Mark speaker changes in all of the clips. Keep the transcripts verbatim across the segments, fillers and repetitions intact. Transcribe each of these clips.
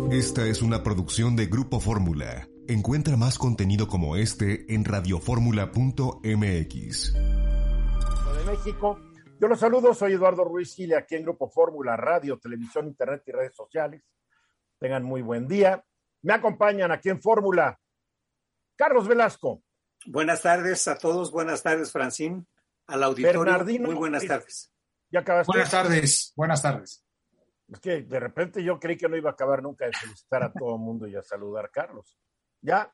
Speaker 1: Esta es una producción de Grupo Fórmula. Encuentra más contenido como este en radioformula punto m x.
Speaker 2: De México. Yo los saludo, soy Eduardo Ruiz Gil, aquí en Grupo Fórmula, radio, televisión, internet y redes sociales. Tengan muy buen día. Me acompañan aquí en Fórmula Carlos Velasco.
Speaker 3: Buenas tardes a todos, buenas tardes, Francín, al auditorio.
Speaker 2: Bernardino,
Speaker 3: muy buenas tardes.
Speaker 2: ¿Ya acabaste?
Speaker 4: Buenas tardes, buenas tardes.
Speaker 2: Es que de repente yo creí que no iba a acabar nunca de felicitar a todo el mundo y a saludar a Carlos. ¿Ya?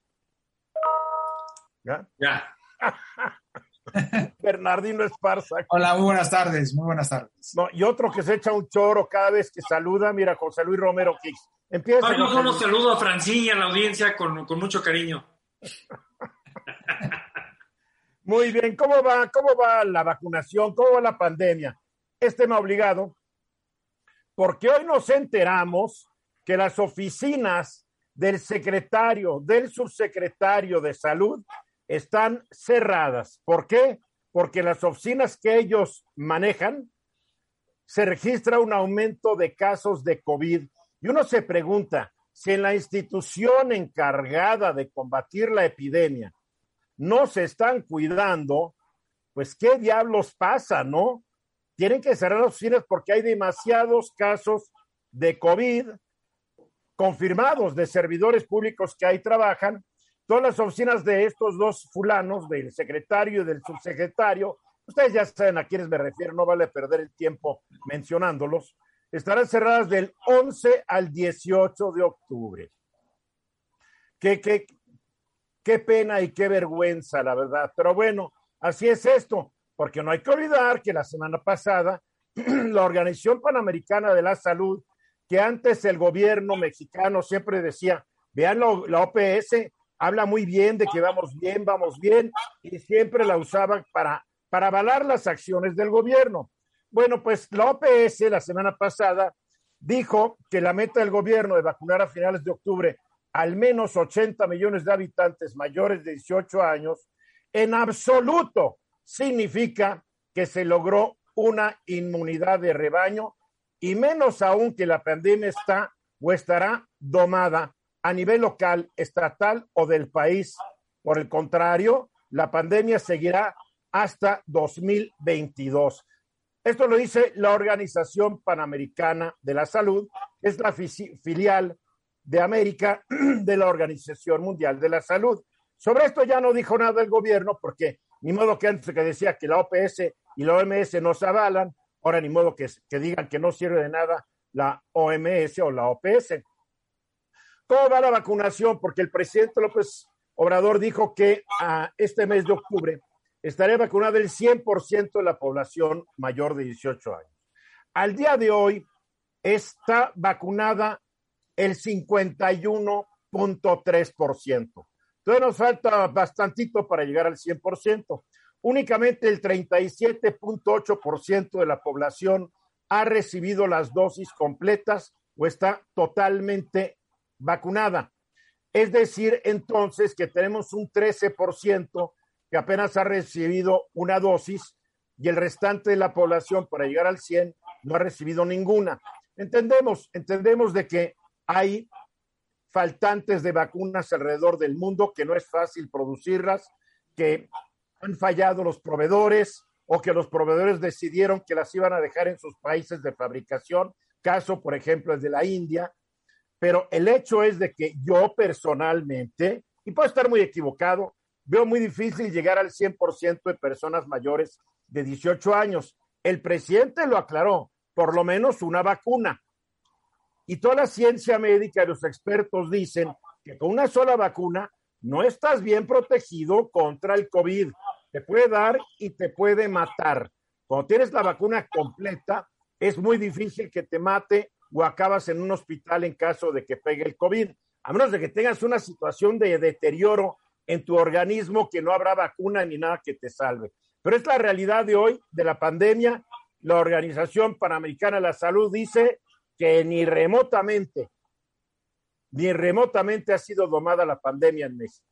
Speaker 2: ¿Ya?
Speaker 4: Ya.
Speaker 2: Bernardino Esparza.
Speaker 4: Hola, muy buenas tardes, muy buenas tardes.
Speaker 2: No, y otro que se echa un choro cada vez que saluda, mira, José Luis Romero Kicks. Empieza.
Speaker 5: Yo solo saludo a Francín y a la audiencia con, con mucho cariño.
Speaker 2: Muy bien, ¿cómo va? ¿Cómo va la vacunación? ¿Cómo va la pandemia? Este me ha obligado, porque hoy nos enteramos que las oficinas del secretario, del subsecretario de Salud están cerradas. ¿Por qué? Porque las oficinas que ellos manejan se registra un aumento de casos de COVID. Y uno se pregunta, si en la institución encargada de combatir la epidemia no se están cuidando, pues ¿qué diablos pasa, no? Tienen que cerrar las oficinas porque hay demasiados casos de COVID confirmados de servidores públicos que ahí trabajan. Todas las oficinas de estos dos fulanos, del secretario y del subsecretario, ustedes ya saben a quiénes me refiero, no vale perder el tiempo mencionándolos, estarán cerradas del once al dieciocho de octubre. Qué, qué, qué pena y qué vergüenza, la verdad. Pero bueno, así es esto, porque no hay que olvidar que la semana pasada la Organización Panamericana de la Salud, que antes el gobierno mexicano siempre decía, vean la, la O P S, habla muy bien de que vamos bien, vamos bien, y siempre la usaban para, para avalar las acciones del gobierno. Bueno, pues la O P S la semana pasada dijo que la meta del gobierno de vacunar a finales de octubre al menos ochenta millones de habitantes mayores de dieciocho años, en absoluto significa que se logró una inmunidad de rebaño, y menos aún que la pandemia está o estará domada a nivel local, estatal o del país. Por el contrario, la pandemia seguirá hasta dos mil veintidós. Esto lo dice la Organización Panamericana de la Salud, que es la filial de América de la Organización Mundial de la Salud. Sobre esto ya no dijo nada el gobierno, porque ni modo que antes que decía que la O P S y la O M S nos avalan, ahora ni modo que, que digan que no sirve de nada la O M S o la O P S. ¿Cómo va la vacunación? Porque el presidente López Obrador dijo que a este mes de octubre estaría vacunada el cien por ciento de la población mayor de dieciocho años. Al día de hoy está vacunada el cincuenta y uno punto tres por ciento. Entonces nos falta bastantito para llegar al cien por ciento. Únicamente el treinta y siete punto ocho por ciento de la población ha recibido las dosis completas o está totalmente vacunada. Es decir, entonces, que tenemos un trece por ciento que apenas ha recibido una dosis y el restante de la población para llegar al cien no ha recibido ninguna. Entendemos, entendemos de que hay faltantes de vacunas alrededor del mundo, que no es fácil producirlas, que han fallado los proveedores o que los proveedores decidieron que las iban a dejar en sus países de fabricación, caso, por ejemplo, es de la India. Pero el hecho es de que yo personalmente, y puedo estar muy equivocado, veo muy difícil llegar al cien por ciento de personas mayores de dieciocho años. El presidente lo aclaró, por lo menos una vacuna. Y toda la ciencia médica y los expertos dicen que con una sola vacuna no estás bien protegido contra el COVID. Te puede dar y te puede matar. Cuando tienes la vacuna completa, es muy difícil que te mate o acabas en un hospital en caso de que pegue el COVID, a menos de que tengas una situación de deterioro en tu organismo que no habrá vacuna ni nada que te salve. Pero es la realidad de hoy de la pandemia. La Organización Panamericana de la Salud dice que ni remotamente, ni remotamente ha sido domada la pandemia en México.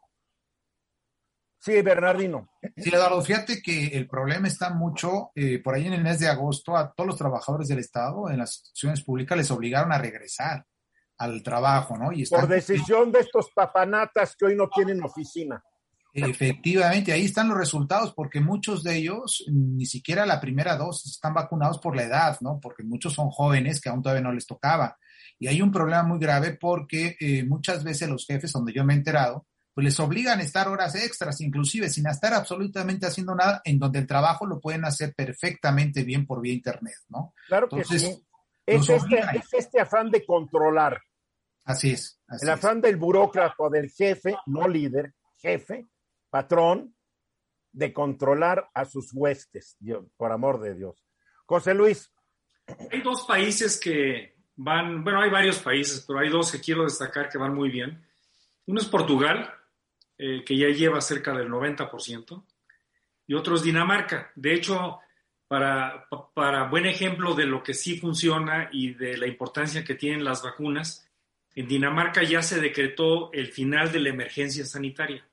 Speaker 2: Sí, Bernardino.
Speaker 4: Sí, Eduardo, fíjate que el problema está mucho, eh, por ahí en el mes de agosto, a todos los trabajadores del Estado, en las instituciones públicas, les obligaron a regresar al trabajo, ¿no? Y
Speaker 2: Por
Speaker 4: están
Speaker 2: decisión de estos papanatas que hoy no tienen oficina.
Speaker 4: Efectivamente, ahí están los resultados, porque muchos de ellos ni siquiera la primera dosis están vacunados por la edad, ¿no? Porque muchos son jóvenes que aún todavía no les tocaba. Y hay un problema muy grave porque eh, muchas veces los jefes, donde yo me he enterado, pues les obligan a estar horas extras, inclusive sin estar absolutamente haciendo nada, en donde el trabajo lo pueden hacer perfectamente bien por vía internet, ¿no?
Speaker 2: Claro
Speaker 4: Entonces,
Speaker 2: que sí. Es este, es este afán de controlar.
Speaker 4: Así es. Así
Speaker 2: el afán
Speaker 4: es.
Speaker 2: del burócrata o del jefe, no líder, jefe, patrón, de controlar a sus huestes, Dios, por amor de Dios. José Luis.
Speaker 5: Hay dos países que van, bueno, hay varios países, pero hay dos que quiero destacar que van muy bien. Uno es Portugal, eh, que ya lleva cerca del noventa por ciento, y otro es Dinamarca. De hecho, para, para buen ejemplo de lo que sí funciona y de la importancia que tienen las vacunas, en Dinamarca ya se decretó el final de la emergencia sanitaria.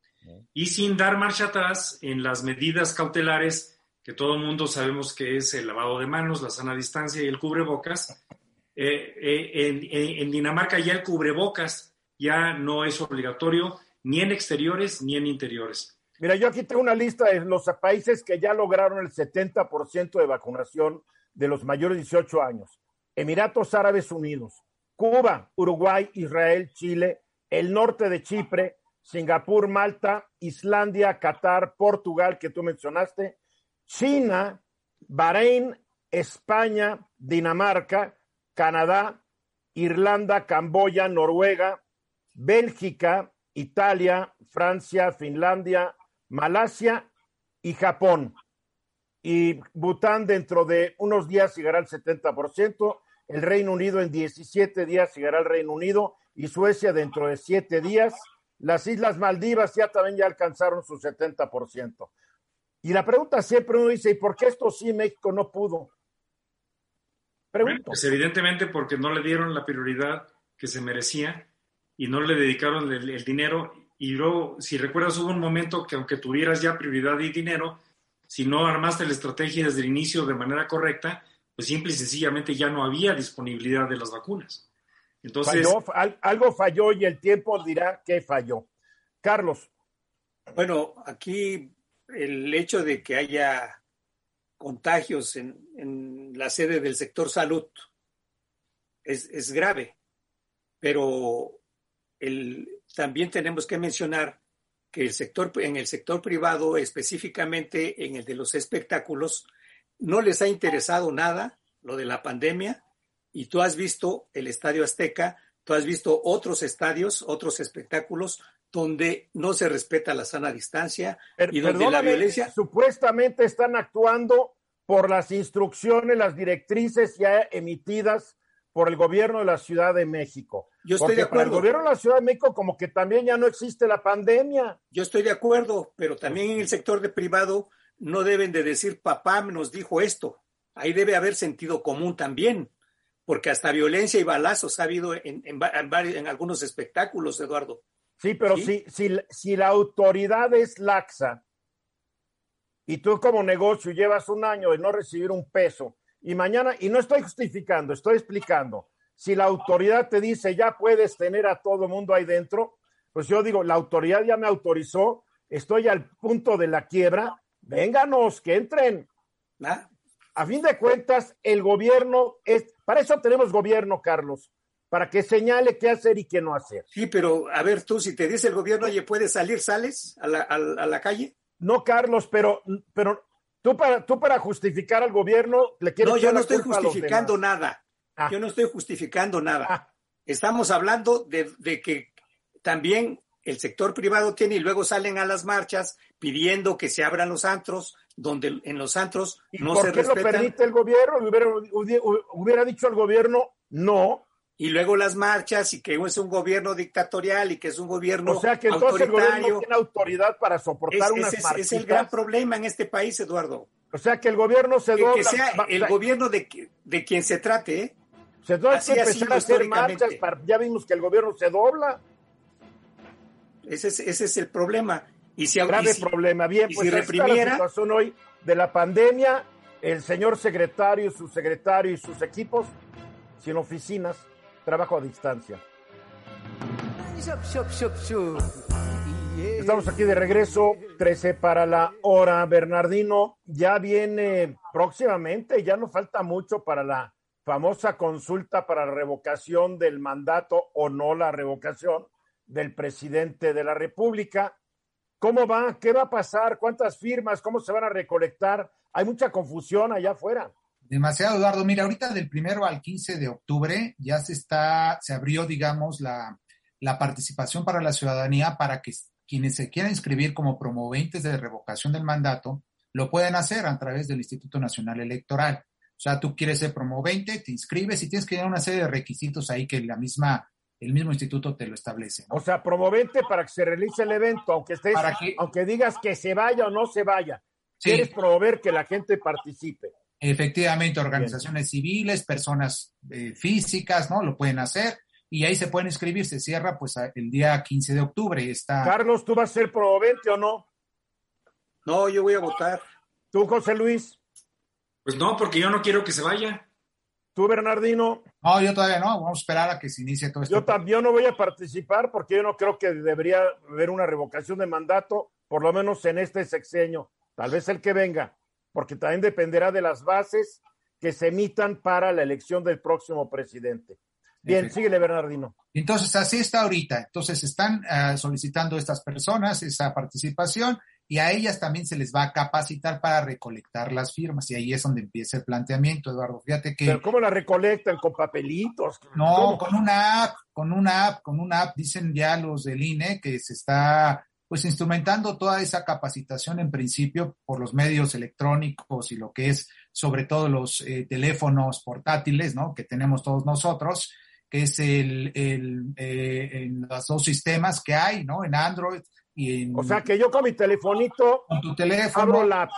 Speaker 5: Y sin dar marcha atrás en las medidas cautelares, que todo el mundo sabemos que es el lavado de manos, la sana distancia y el cubrebocas, eh, eh, en, en, en Dinamarca ya el cubrebocas ya no es obligatorio ni en exteriores ni en interiores.
Speaker 2: Mira, yo aquí tengo una lista de los países que ya lograron el setenta por ciento de vacunación de los mayores de dieciocho años. Emiratos Árabes Unidos, Cuba, Uruguay, Israel, Chile, el norte de Chipre, Singapur, Malta, Islandia, Qatar, Portugal, que tú mencionaste, China, Bahrein, España, Dinamarca, Canadá, Irlanda, Camboya, Noruega, Bélgica, Italia, Francia, Finlandia, Malasia y Japón. Y Bután dentro de unos días llegará al setenta por ciento, el Reino Unido en diecisiete días llegará al Reino Unido y Suecia dentro de siete días. Las Islas Maldivas ya también ya alcanzaron su setenta por ciento. Y la pregunta siempre uno dice, ¿y por qué esto sí México no pudo? Pregunto.
Speaker 5: Bueno, pues evidentemente porque no le dieron la prioridad que se merecía y no le dedicaron el, el dinero. Y luego, si recuerdas, hubo un momento que aunque tuvieras ya prioridad y dinero, si no armaste la estrategia desde el inicio de manera correcta, pues simple y sencillamente ya no había disponibilidad de las vacunas. Entonces,
Speaker 2: falló, al, algo falló y el tiempo dirá qué falló. Carlos.
Speaker 3: Bueno, aquí el hecho de que haya contagios en, en la sede del sector salud es, es grave, pero el, también tenemos que mencionar que el sector, en el sector privado, específicamente en el de los espectáculos, no les ha interesado nada lo de la pandemia. Y tú has visto el Estadio Azteca, tú has visto otros estadios, otros espectáculos donde no se respeta la sana distancia
Speaker 2: Per,
Speaker 3: y donde la violencia...
Speaker 2: Supuestamente están actuando por las instrucciones, las directrices ya emitidas por el gobierno de la Ciudad de México.
Speaker 3: Yo estoy
Speaker 2: Porque
Speaker 3: de acuerdo.
Speaker 2: para el gobierno de la Ciudad de México como que también ya no existe la pandemia.
Speaker 3: Yo estoy de acuerdo, pero también en el sector de privado no deben de decir papá nos dijo esto. Ahí debe haber sentido común también. Porque hasta violencia y balazos ha habido en, en, en, varios, en algunos espectáculos, Eduardo.
Speaker 2: Sí, pero ¿sí? Si, si, si la autoridad es laxa y tú como negocio llevas un año de no recibir un peso y mañana, y no estoy justificando, estoy explicando, si la autoridad te dice ya puedes tener a todo el mundo ahí dentro, pues yo digo, la autoridad ya me autorizó, estoy al punto de la quiebra, vénganos, que entren.
Speaker 3: ¿Ah?
Speaker 2: A fin de cuentas, el gobierno es, para eso tenemos gobierno, Carlos, para que señale qué hacer y qué no hacer.
Speaker 3: Sí, pero a ver tú, si te dice el gobierno, oye, ¿puedes salir, sales a la, a, a la calle?
Speaker 2: No, Carlos, pero, pero tú, para, tú para justificar al gobierno le quieres...
Speaker 3: No, yo no estoy justificando nada.
Speaker 2: Ah.
Speaker 3: Yo no estoy justificando nada.
Speaker 2: Ah.
Speaker 3: Estamos hablando de, de que también el sector privado tiene y luego salen a las marchas pidiendo que se abran los antros, donde en los antros no se respetan.
Speaker 2: ¿Por qué lo permite el gobierno? Hubiera, hubiera dicho el gobierno no.
Speaker 3: Y luego las marchas y que es un gobierno dictatorial y que es un gobierno autoritario.
Speaker 2: O sea que entonces el gobierno no tiene autoridad para soportar
Speaker 3: es,
Speaker 2: unas
Speaker 3: es,
Speaker 2: marchitas.
Speaker 3: Es el gran problema en este país, Eduardo.
Speaker 2: O sea que el gobierno se
Speaker 3: que,
Speaker 2: dobla.
Speaker 3: Que sea el
Speaker 2: va,
Speaker 3: gobierno de, de quien se trate, ¿eh?
Speaker 2: Se dobla que empezar a hacer marchas. Para, ya vimos que el gobierno se dobla.
Speaker 3: Ese es, ese es el problema. Y si,
Speaker 2: grave
Speaker 3: y si,
Speaker 2: problema. Bien,
Speaker 3: y
Speaker 2: pues
Speaker 3: si
Speaker 2: reprimiera la situación hoy de la pandemia, el señor secretario, su secretario y sus equipos sin oficinas. trabajo a distancia. Estamos aquí de regreso, trece para la hora. Bernardino, ya viene próximamente, ya no falta mucho para la famosa consulta para la revocación del mandato o no la revocación del presidente de la República. ¿Cómo va? ¿Qué va a pasar? ¿Cuántas firmas? ¿Cómo se van a recolectar? Hay mucha confusión allá afuera.
Speaker 4: Demasiado, Eduardo. Mira, ahorita del primero al quince de octubre ya se está, se abrió, digamos, la, la participación para la ciudadanía para que quienes se quieran inscribir como promoventes de revocación del mandato lo pueden hacer a través del Instituto Nacional Electoral. O sea, tú quieres ser promovente, te inscribes y tienes que llenar una serie de requisitos ahí que la misma, el mismo instituto te lo establece, ¿no?
Speaker 2: O sea, promovente para que se realice el evento, aunque estés, que, aunque digas que se vaya o no se vaya. Sí. Quieres promover que la gente participe.
Speaker 4: Efectivamente, organizaciones Bien. civiles, personas eh, físicas, ¿no? Lo pueden hacer. Y ahí se pueden inscribir, se cierra pues el día quince de octubre. Está...
Speaker 2: Carlos, ¿tú vas a ser promovente o no?
Speaker 3: No, yo voy a votar.
Speaker 2: ¿Tú, José Luis?
Speaker 5: Pues no, porque yo no quiero que se vaya.
Speaker 2: ¿Tú, Bernardino?
Speaker 4: No, yo todavía no, vamos a esperar a que se inicie todo esto.
Speaker 2: Yo también no voy a participar porque yo no creo que debería haber una revocación de mandato, por lo menos en este sexenio, tal vez el que venga, porque también dependerá de las bases que se emitan para la elección del próximo presidente. Bien, síguele, Bernardino.
Speaker 4: Entonces, así está ahorita. Entonces, están uh, solicitando estas personas esa participación y a ellas también se les va a capacitar para recolectar las firmas. Y ahí es donde empieza el planteamiento, Eduardo. Fíjate que...
Speaker 2: ¿Pero cómo la recolectan? ¿Con papelitos?
Speaker 4: No,
Speaker 2: ¿Cómo?
Speaker 4: con una app, con una app, con una app, dicen ya los del I N E que se está pues instrumentando toda esa capacitación en principio por los medios electrónicos y lo que es sobre todo los eh, teléfonos portátiles, ¿no? Que tenemos todos nosotros, que es el, el eh, en los dos sistemas que hay, ¿no? En Android y en...
Speaker 2: O sea, que yo con mi telefonito
Speaker 4: con tu teléfono,
Speaker 2: abro la app.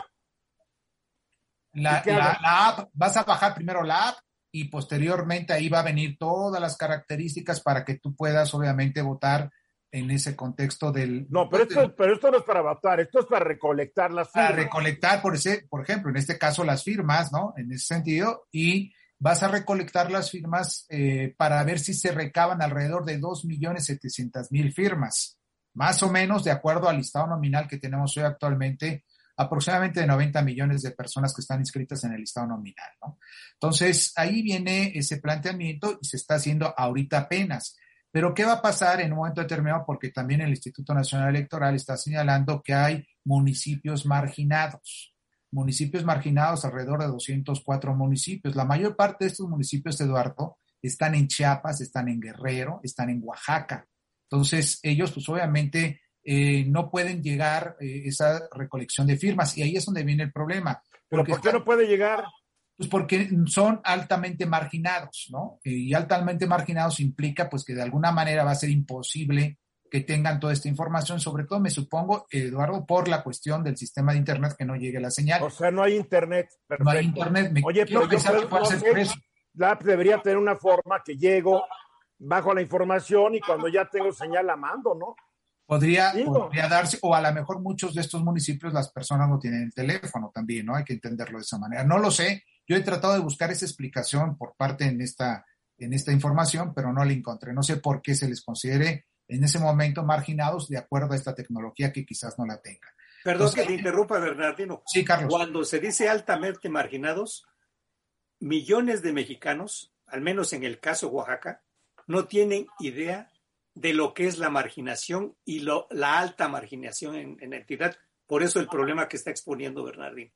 Speaker 4: La, la, la app, vas a bajar primero la app y posteriormente ahí va a venir todas las características para que tú puedas obviamente votar en ese contexto del...
Speaker 2: No, pero esto, pero esto no es para votar, esto es para recolectar las firmas.
Speaker 4: Para recolectar, por, ese, por ejemplo, en este caso las firmas, ¿no? En ese sentido, y vas a recolectar las firmas eh, para ver si se recaban alrededor de dos millones setecientas mil firmas, más o menos de acuerdo al listado nominal que tenemos hoy actualmente, aproximadamente de noventa millones de personas que están inscritas en el listado nominal, ¿no? Entonces, ahí viene ese planteamiento y se está haciendo ahorita apenas. Pero, ¿qué va a pasar en un momento determinado? Porque también el Instituto Nacional Electoral está señalando que hay municipios marginados. Municipios marginados, alrededor de doscientos cuatro municipios. La mayor parte de estos municipios, Eduardo, están en Chiapas, están en Guerrero, están en Oaxaca. Entonces, ellos, pues obviamente, eh, no pueden llegar eh, esa recolección de firmas. Y ahí es donde viene el problema.
Speaker 2: ¿Pero por qué no puede llegar?
Speaker 4: Pues porque son altamente marginados, ¿no? Y altamente marginados implica, pues, que de alguna manera va a ser imposible que tengan toda esta información, sobre todo, me supongo, Eduardo, por la cuestión del sistema de Internet, que no llegue la señal.
Speaker 2: O sea, no hay Internet. Perfecto.
Speaker 4: No hay Internet. Me
Speaker 2: Oye, pero yo creo que hacer no sé, la app debería tener una forma que llego, bajo la información y cuando ya tengo señal la mando, ¿no?
Speaker 4: Podría, podría darse, o a lo mejor muchos de estos municipios las personas no tienen el teléfono también, ¿no? Hay que entenderlo de esa manera. No lo sé. Yo he tratado de buscar esa explicación por parte en esta, en esta información, pero no la encontré. No sé por qué se les considere en ese momento marginados de acuerdo a esta tecnología que quizás no la tenga.
Speaker 3: Perdón Entonces, que te interrumpa, Bernardino.
Speaker 4: Sí, Carlos.
Speaker 3: Cuando se dice altamente marginados, millones de mexicanos, al menos en el caso Oaxaca, no tienen idea de lo que es la marginación y lo, la alta marginación en, en la entidad. Por eso el problema que está exponiendo Bernardino.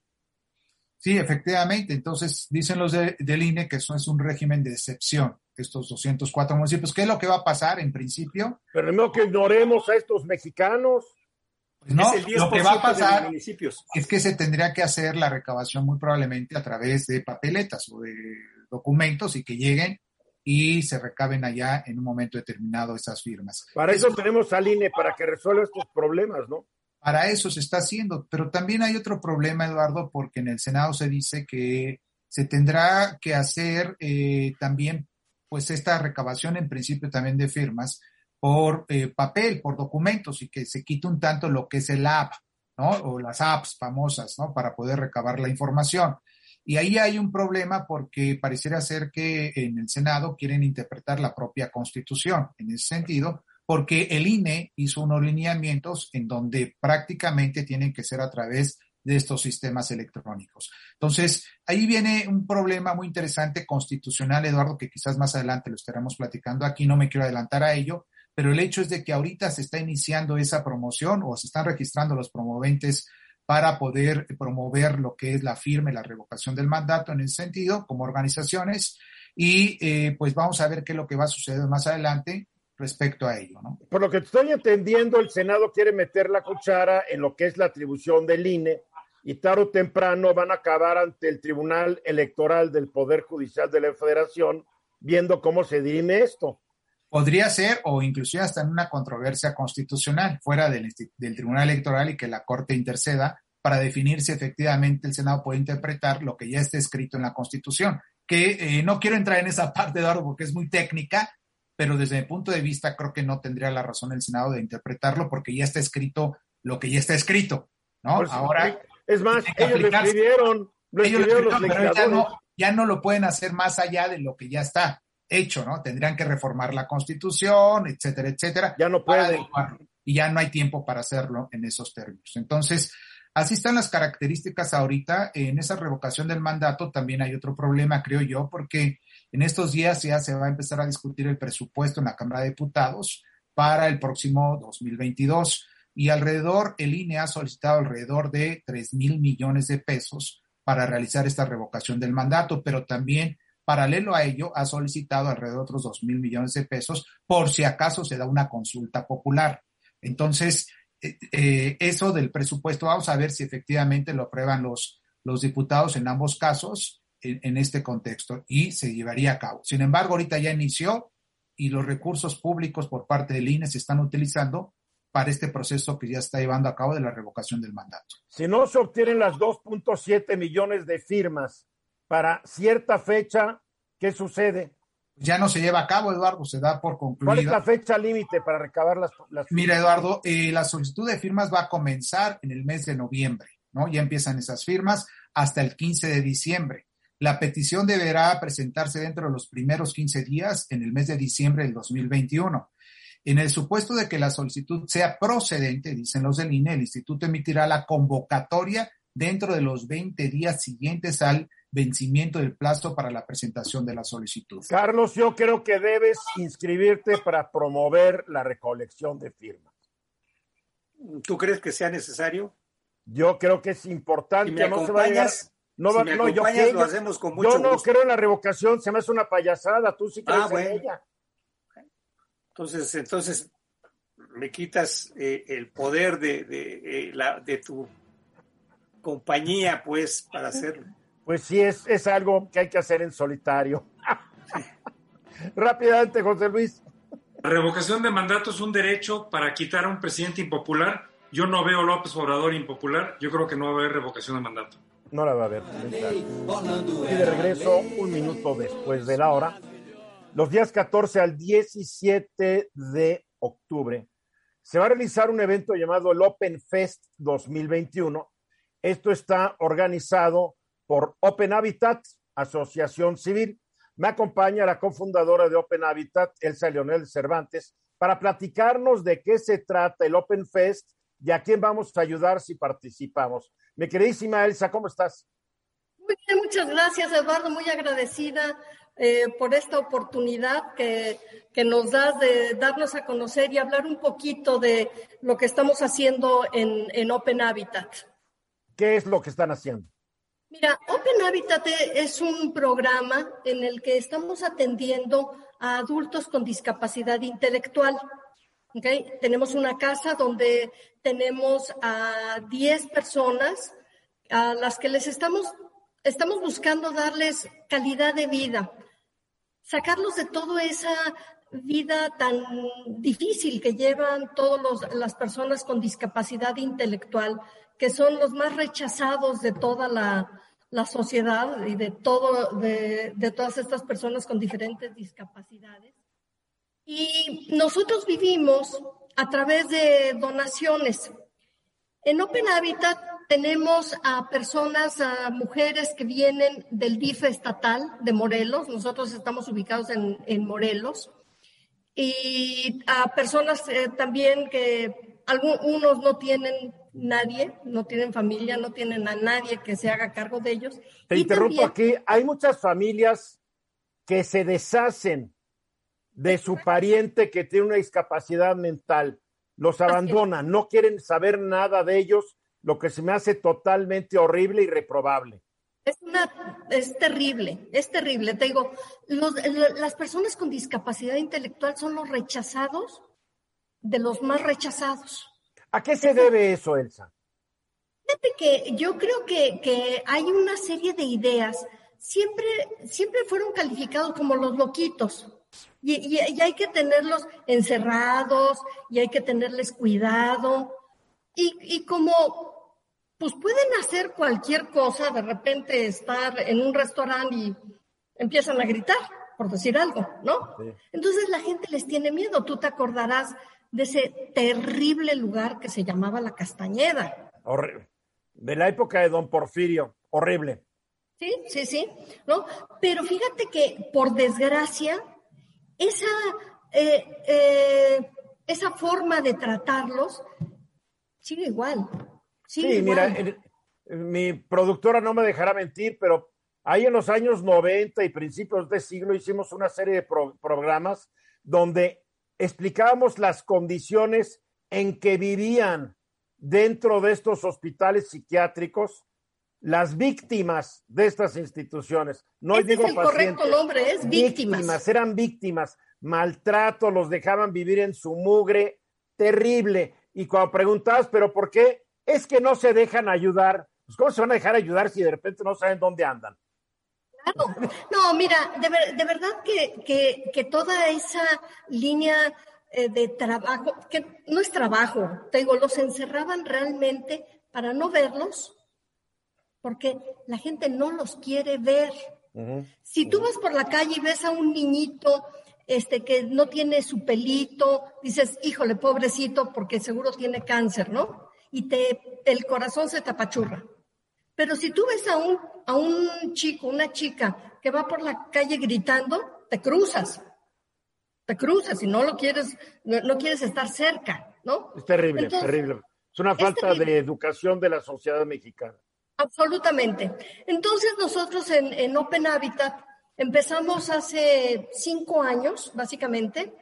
Speaker 4: Sí, efectivamente. Entonces, dicen los de, del I N E que eso es un régimen de excepción, estos doscientos cuatro municipios. ¿Qué es lo que va a pasar en principio?
Speaker 2: Pero no que ignoremos a estos mexicanos.
Speaker 4: Pues no, es el lo que va a pasar es que se tendría que hacer la recabación muy probablemente a través de papeletas o de documentos y que lleguen y se recaben allá en un momento determinado esas firmas.
Speaker 2: Para eso, eso tenemos al I N E, para que resuelva estos problemas, ¿no?
Speaker 4: Para eso se está haciendo, pero también hay otro problema, Eduardo, porque en el Senado se dice que se tendrá que hacer eh, también, pues, esta recabación en principio también de firmas por eh, papel, por documentos, y que se quite un tanto lo que es el app, ¿no? O las apps famosas, ¿no? Para poder recabar la información. Y ahí hay un problema porque pareciera ser que en el Senado quieren interpretar la propia Constitución en ese sentido, porque el I N E hizo unos lineamientos en donde prácticamente tienen que ser a través de estos sistemas electrónicos. Entonces, ahí viene un problema muy interesante constitucional, Eduardo, que quizás más adelante lo estaremos platicando aquí, no me quiero adelantar a ello, pero el hecho es de que ahorita se está iniciando esa promoción o se están registrando los promoventes para poder promover lo que es la firma y la revocación del mandato en ese sentido, como organizaciones, y eh, pues vamos a ver qué es lo que va a suceder más adelante respecto a ello, ¿no?
Speaker 2: Por lo que estoy entendiendo, el Senado quiere meter la cuchara en lo que es la atribución del I N E y tarde o temprano van a acabar ante el Tribunal Electoral del Poder Judicial de la Federación viendo cómo se dirime esto.
Speaker 4: Podría ser, o inclusive hasta en una controversia constitucional fuera del, del Tribunal Electoral y que la Corte interceda para definir si efectivamente el Senado puede interpretar lo que ya está escrito en la Constitución. Que eh, no quiero entrar en esa parte, Eduardo, porque es muy técnica, pero desde mi punto de vista creo que no tendría la razón el Senado de interpretarlo porque ya está escrito lo que ya está escrito, ¿no?
Speaker 2: Pues,
Speaker 4: ahora,
Speaker 2: es más, ellos lo escribieron, lo
Speaker 4: ellos
Speaker 2: escribieron
Speaker 4: lo
Speaker 2: los
Speaker 4: escribieron, pero ya
Speaker 2: legisladores.
Speaker 4: no, ya no lo pueden hacer más allá de lo que ya está hecho, ¿no? Tendrían que reformar la Constitución, etcétera, etcétera.
Speaker 2: Ya no pueden.
Speaker 4: Y ya no hay tiempo para hacerlo en esos términos. Entonces, así están las características ahorita. En esa revocación del mandato también hay otro problema, creo yo, porque en estos días ya se va a empezar a discutir el presupuesto en la Cámara de Diputados para el próximo dos mil veintidós y alrededor, el I N E ha solicitado alrededor de tres mil millones de pesos para realizar esta revocación del mandato, pero también paralelo a ello ha solicitado alrededor de otros dos mil millones de pesos por si acaso se da una consulta popular. Entonces, eh, eh, eso del presupuesto, vamos a ver si efectivamente lo aprueban los, los diputados en ambos casos en, en este contexto y se llevaría a cabo. Sin embargo, ahorita ya inició y los recursos públicos por parte del I N E se están utilizando para este proceso que ya está llevando a cabo de la revocación del mandato.
Speaker 2: Si no se obtienen las dos punto siete millones de firmas para cierta fecha, ¿qué sucede?
Speaker 4: Ya no se lleva a cabo, Eduardo, se da por concluida.
Speaker 2: ¿Cuál es la fecha límite para recabar las, las firmas?
Speaker 4: Mira, Eduardo, eh, la solicitud de firmas va a comenzar en el mes de noviembre, ¿no? Ya empiezan esas firmas hasta el quince de diciembre. La petición deberá presentarse dentro de los primeros quince días en el mes de diciembre del dos mil veintiuno. En el supuesto de que la solicitud sea procedente, dicen los del I N E, el instituto emitirá la convocatoria dentro de los veinte días siguientes al vencimiento del plazo para la presentación de la solicitud.
Speaker 2: Carlos, yo creo que debes inscribirte para promover la recolección de firmas.
Speaker 3: ¿Tú crees que sea necesario?
Speaker 2: Yo creo que es importante.
Speaker 3: Si me
Speaker 2: no se va a llegar,
Speaker 3: no
Speaker 2: si
Speaker 3: va,
Speaker 2: me
Speaker 3: no, yo,
Speaker 2: yo,
Speaker 3: lo hacemos con mucho
Speaker 2: Yo no
Speaker 3: gusto.
Speaker 2: creo en la revocación, se me hace una payasada. Tú sí crees
Speaker 3: ah, bueno.
Speaker 2: en ella.
Speaker 3: Entonces, entonces me quitas eh, el poder de, de, eh, la, de tu compañía, pues, para hacerlo.
Speaker 2: Pues sí, es, es algo que hay que hacer en solitario. Rápidamente, José Luis.
Speaker 5: La revocación de mandato es un derecho para quitar a un presidente impopular. Yo no veo López Obrador impopular. Yo creo que no va a haber revocación de mandato.
Speaker 2: No la va a haber. Y de regreso, un minuto después de la hora, los días catorce al diecisiete de octubre, se va a realizar un evento llamado el Open Fest dos mil veintiuno. Esto está organizado por Open Habitat, Asociación Civil. Me acompaña la cofundadora de Open Habitat, Elsa Leonel Cervantes, para platicarnos de qué se trata el Open Fest y a quién vamos a ayudar si participamos. Mi queridísima Elsa, ¿cómo estás?
Speaker 6: Muy bien, muchas gracias, Eduardo. Muy agradecida eh, por esta oportunidad que, que nos das de darnos a conocer y hablar un poquito de lo que estamos haciendo en, en Open Habitat.
Speaker 2: ¿Qué es lo que están haciendo?
Speaker 6: Mira, Open Habitat es un programa en el que estamos atendiendo a adultos con discapacidad intelectual. ¿Okay? Tenemos una casa donde tenemos a diez personas a las que les estamos, estamos buscando darles calidad de vida, sacarlos de toda esa vida tan difícil que llevan todas las personas con discapacidad intelectual, que son los más rechazados de toda la, la sociedad y de, todo, de, de todas estas personas con diferentes discapacidades. Y nosotros vivimos a través de donaciones. En Open Habitat tenemos a personas, a mujeres que vienen del D I F estatal de Morelos. Nosotros estamos ubicados en, en Morelos. Y a personas eh, también que algunos no tienen nadie, no tienen familia, no tienen a nadie que se haga cargo de ellos.
Speaker 2: Te
Speaker 6: y
Speaker 2: interrumpo
Speaker 6: también,
Speaker 2: aquí. Hay muchas familias que se deshacen de su pariente que tiene una discapacidad mental. Los abandonan, no quieren saber nada de ellos, lo que se me hace totalmente horrible y reprobable.
Speaker 6: Es una, es terrible, es terrible. Te digo, los, las personas con discapacidad intelectual son los rechazados de los más rechazados.
Speaker 2: ¿A qué se debe eso, Elsa?
Speaker 6: Fíjate que yo creo que, que hay una serie de ideas, siempre, siempre fueron calificados como los loquitos. Y, y, y hay que tenerlos encerrados, y hay que tenerles cuidado. Y, y como pues pueden hacer cualquier cosa, de repente estar en un restaurante y empiezan a gritar, por decir algo, ¿no? Sí. Entonces la gente les tiene miedo. Tú te acordarás de ese terrible lugar que se llamaba La Castañeda.
Speaker 2: Horrible. De la época de Don Porfirio, horrible.
Speaker 6: Sí, sí, sí, ¿no? Pero fíjate que, por desgracia, esa, eh, eh, esa forma de tratarlos sigue igual.
Speaker 2: Sí, sí, mira, el, mi productora no me dejará mentir, pero ahí en los años noventa y principios de siglo hicimos una serie de pro, programas donde explicábamos las condiciones en que vivían dentro de estos hospitales psiquiátricos las víctimas de estas instituciones. No
Speaker 6: Ese
Speaker 2: digo
Speaker 6: es el
Speaker 2: pacientes,
Speaker 6: correcto nombre, es víctimas.
Speaker 2: víctimas. Eran víctimas, maltrato, los dejaban vivir en su mugre, terrible. Y cuando preguntabas, ¿pero por qué? Es que no se dejan ayudar. Pues ¿cómo se van a dejar ayudar si de repente no saben dónde andan?
Speaker 6: Claro. No, mira, de, ver, de verdad que, que, que toda esa línea eh, de trabajo, que no es trabajo, te digo, los encerraban realmente para no verlos, porque la gente no los quiere ver. Uh-huh. Si tú vas por la calle y ves a un niñito este, que no tiene su pelito, dices, híjole, pobrecito, porque seguro tiene cáncer, ¿no? Y te, el corazón se te apachurra. Pero si tú ves a un, a un chico, una chica que va por la calle gritando, te cruzas, te cruzas y no lo quieres, no, no quieres estar cerca, ¿no?
Speaker 2: Es terrible, Entonces, terrible. Es una falta es de educación de la sociedad mexicana.
Speaker 6: Absolutamente. Entonces nosotros en, en Open Habitat empezamos hace cinco años, básicamente,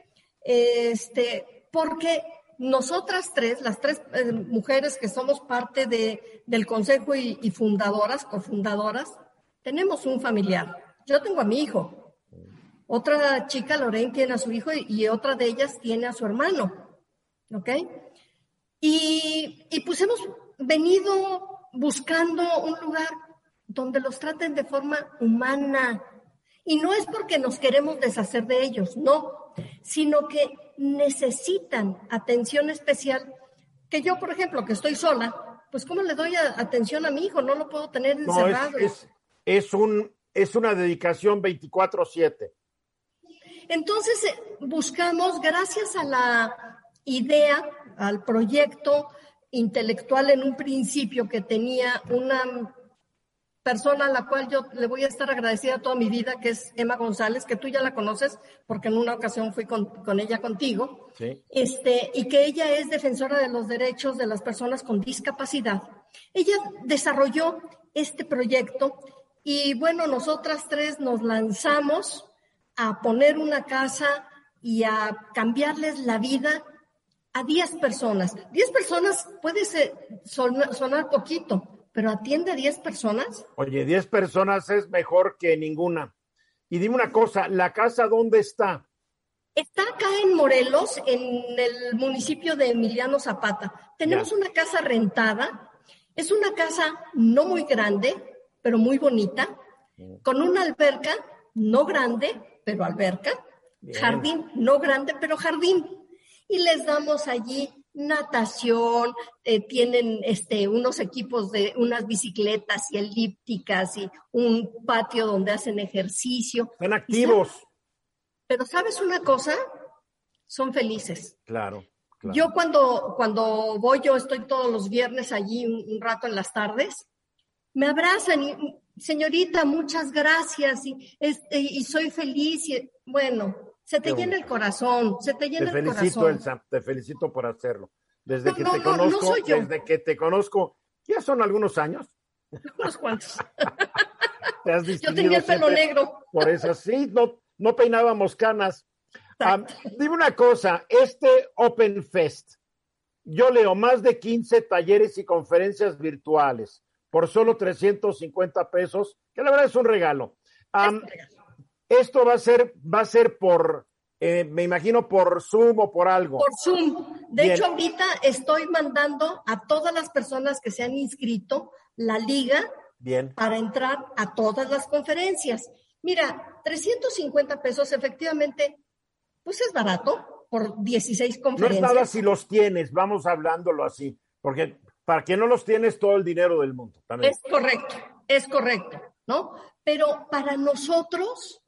Speaker 6: este, porque nosotras tres, las tres eh, mujeres que somos parte de, del consejo y, y fundadoras, cofundadoras, tenemos un familiar. Yo tengo a mi hijo. Otra chica, Lorraine, tiene a su hijo y, y otra de ellas tiene a su hermano. ¿Ok? Y, y pues hemos venido buscando un lugar donde los traten de forma humana. Y no es porque nos queremos deshacer de ellos, no, sino que necesitan atención especial, que yo, por ejemplo, que estoy sola, pues ¿cómo le doy a, atención a mi hijo? No lo puedo tener encerrado.
Speaker 2: No, es, es, es, un, es una dedicación veinticuatro siete.
Speaker 6: Entonces, eh, buscamos, gracias a la idea, al proyecto intelectual en un principio que tenía una persona a la cual yo le voy a estar agradecida toda mi vida, que es Emma González, que tú ya la conoces, porque en una ocasión fui con, con ella contigo,
Speaker 2: sí.
Speaker 6: este, y que ella es defensora de los derechos de las personas con discapacidad. Ella desarrolló este proyecto y, bueno, nosotras tres nos lanzamos a poner una casa y a cambiarles la vida a diez personas. diez personas puede ser, son, sonar poquito, pero atiende a diez personas.
Speaker 2: Oye, diez personas es mejor que ninguna. Y dime una cosa, ¿la casa dónde está?
Speaker 6: Está acá en Morelos, en el municipio de Emiliano Zapata. Tenemos ya. Una casa rentada. Es una casa no muy grande, pero muy bonita, con una alberca no grande, pero alberca. Bien. Jardín no grande, pero jardín. Y les damos allí natación, eh, tienen este, unos equipos de unas bicicletas y elípticas y un patio donde hacen ejercicio.
Speaker 2: Están activos.
Speaker 6: ¿Sabes? Pero ¿sabes una cosa? Son felices.
Speaker 2: Claro, claro.
Speaker 6: Yo cuando, cuando voy, yo estoy todos los viernes allí un, un rato en las tardes, me abrazan y, señorita, muchas gracias y, este, y soy feliz. Y, bueno, se te
Speaker 2: Qué
Speaker 6: llena
Speaker 2: bonito.
Speaker 6: el corazón, se te llena
Speaker 2: Te
Speaker 6: el
Speaker 2: felicito,
Speaker 6: corazón.
Speaker 2: Elsa, te felicito por hacerlo. Desde
Speaker 6: No,
Speaker 2: que
Speaker 6: no,
Speaker 2: te
Speaker 6: no, no
Speaker 2: conozco,
Speaker 6: soy yo.
Speaker 2: desde que te conozco, ya son algunos años.
Speaker 6: Unos cuantos.
Speaker 2: Te has
Speaker 6: Yo
Speaker 2: distinguido
Speaker 6: tenía el pelo
Speaker 2: siempre
Speaker 6: negro.
Speaker 2: por eso. Sí, no, no peinábamos canas. Um,
Speaker 6: Exacto.
Speaker 2: dime una cosa, este Open Fest, yo leo más de quince talleres y conferencias virtuales por solo trescientos cincuenta pesos, que la verdad es un regalo. Um, esto va a ser, va a ser por, eh, me imagino, por Zoom o por algo.
Speaker 6: Por Zoom. De
Speaker 2: Bien.
Speaker 6: hecho, ahorita estoy mandando a todas las personas que se han inscrito la liga
Speaker 2: Bien.
Speaker 6: para entrar a todas las conferencias. Mira, trescientos cincuenta pesos efectivamente, pues es barato por dieciséis
Speaker 2: No es
Speaker 6: conferencias.
Speaker 2: nada si los tienes, vamos hablándolo así, porque para que no los tienes todo el dinero del mundo. También.
Speaker 6: Es correcto, es correcto, ¿no? Pero para nosotros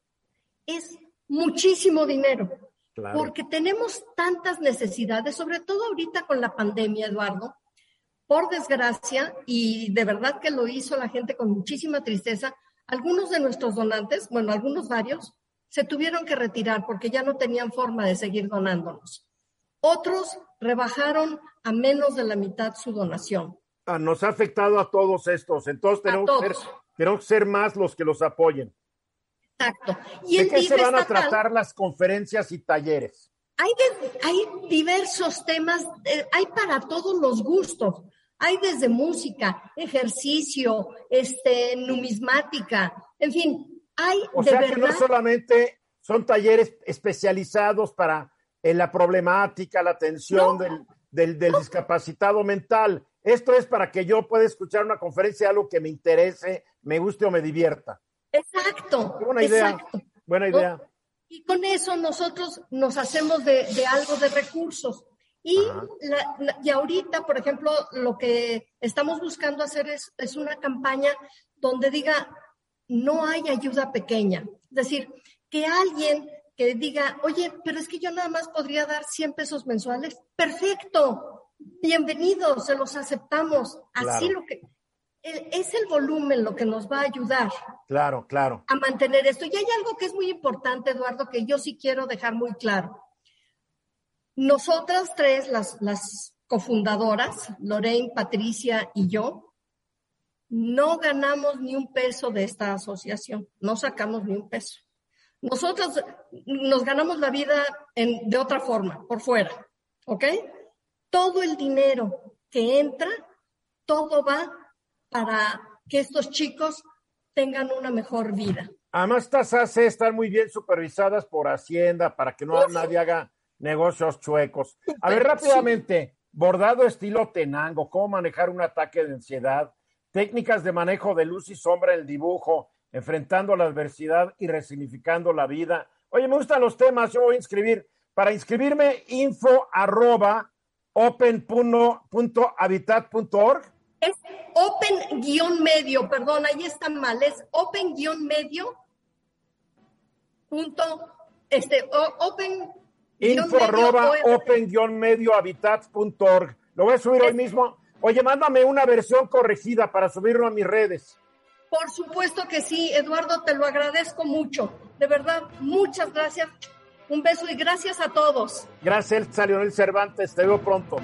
Speaker 6: es muchísimo dinero,
Speaker 2: Claro.
Speaker 6: porque tenemos tantas necesidades, sobre todo ahorita con la pandemia, Eduardo, por desgracia, y de verdad que lo hizo la gente con muchísima tristeza, algunos de nuestros donantes, bueno, algunos varios, se tuvieron que retirar porque ya no tenían forma de seguir donándonos. Otros rebajaron a menos de la mitad su donación.
Speaker 2: Ah, nos ha afectado a todos estos, entonces tenemos que, ser,
Speaker 6: todos.
Speaker 2: tenemos que ser más los que los apoyen.
Speaker 6: Exacto. Y
Speaker 2: ¿De
Speaker 6: en
Speaker 2: qué se
Speaker 6: DIF
Speaker 2: van a
Speaker 6: estatal,
Speaker 2: tratar las conferencias y talleres?
Speaker 6: Hay, de- hay diversos temas, eh, hay para todos los gustos. Hay desde música, ejercicio, este, numismática, en fin, hay
Speaker 2: O
Speaker 6: de
Speaker 2: sea
Speaker 6: verdad.
Speaker 2: que no solamente son talleres especializados para en la problemática, la atención
Speaker 6: No.
Speaker 2: del, del, del discapacitado mental. Esto es para que yo pueda escuchar una conferencia de algo que me interese, me guste o me divierta.
Speaker 6: Exacto.
Speaker 2: Qué buena idea.
Speaker 6: Exacto.
Speaker 2: Buena
Speaker 6: ¿No?
Speaker 2: idea.
Speaker 6: Y con eso nosotros nos hacemos de, de algo de recursos. Y,
Speaker 2: Ajá.
Speaker 6: la- la- y ahorita, por ejemplo, lo que estamos buscando hacer es, es una campaña donde diga, no hay ayuda pequeña. Es decir, que alguien que diga, oye, pero es que yo nada más podría dar cien pesos mensuales. Perfecto, bienvenidos, se los aceptamos. Así
Speaker 2: Claro.
Speaker 6: lo que... el- es el volumen lo que nos va a ayudar
Speaker 2: Claro, claro.
Speaker 6: a mantener esto. Y hay algo que es muy importante, Eduardo, que yo sí quiero dejar muy claro. Nosotras tres, las, las cofundadoras, Lorraine, Patricia y yo, no ganamos ni un peso de esta asociación, no sacamos ni un peso. Nosotros nos ganamos la vida en, de otra forma, por fuera, ¿ok? Todo el dinero que entra, todo va para que estos chicos tengan una mejor vida.
Speaker 2: Además, estas A C están muy bien supervisadas por Hacienda para que no nadie haga negocios chuecos. A ver, rápidamente, bordado estilo Tenango, cómo manejar un ataque de ansiedad, técnicas de manejo de luz y sombra en el dibujo, enfrentando la adversidad y resignificando la vida. Oye, me gustan los temas, yo voy a inscribir. Para inscribirme, info arroba open punto habitat punto org.
Speaker 6: Es open-medio, perdón, ahí está mal, es open-medio punto, este, o- open
Speaker 2: Info arroba open medio habitat punto org. Lo voy a subir hoy mismo. Oye, mándame una versión corregida para subirlo a mis redes.
Speaker 6: Por supuesto que sí, Eduardo, te lo agradezco mucho. De verdad, muchas gracias. Un beso y gracias a todos.
Speaker 2: Gracias, Elsa Leonel Cervantes. Te veo pronto.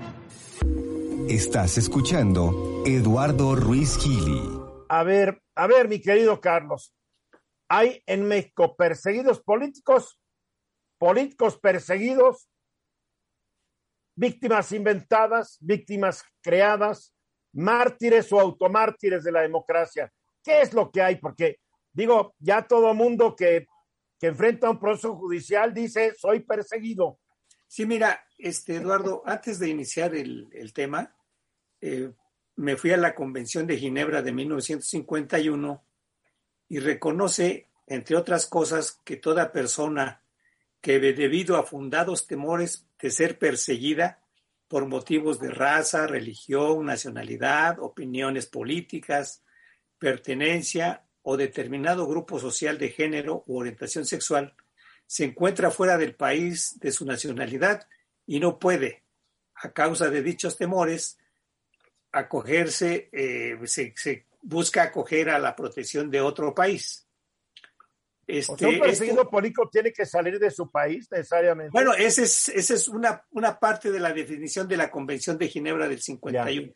Speaker 1: Estás escuchando Eduardo Ruiz Gili.
Speaker 2: A ver, a ver, mi querido Carlos. Hay en México perseguidos políticos, políticos perseguidos, víctimas inventadas, víctimas creadas, mártires o automártires de la democracia. ¿Qué es lo que hay? Porque, digo, ya todo mundo que, que enfrenta un proceso judicial dice, soy perseguido.
Speaker 3: Sí, mira, este Eduardo, antes de iniciar el, el tema, eh, me fui a la Convención de Ginebra de mil novecientos cincuenta y uno y reconoce, entre otras cosas, que toda persona que debido a fundados temores de ser perseguida por motivos de raza, religión, nacionalidad, opiniones políticas, pertenencia o determinado grupo social de género u orientación sexual, se encuentra fuera del país de su nacionalidad y no puede, a causa de dichos temores, acogerse, eh, se, se busca acoger a la protección de otro país. Este,
Speaker 2: o sea, un perseguido
Speaker 3: esto,
Speaker 2: político tiene que salir de su país necesariamente.
Speaker 3: Bueno, esa es, ese es una, una parte de la definición de la Convención de Ginebra del cincuenta y uno.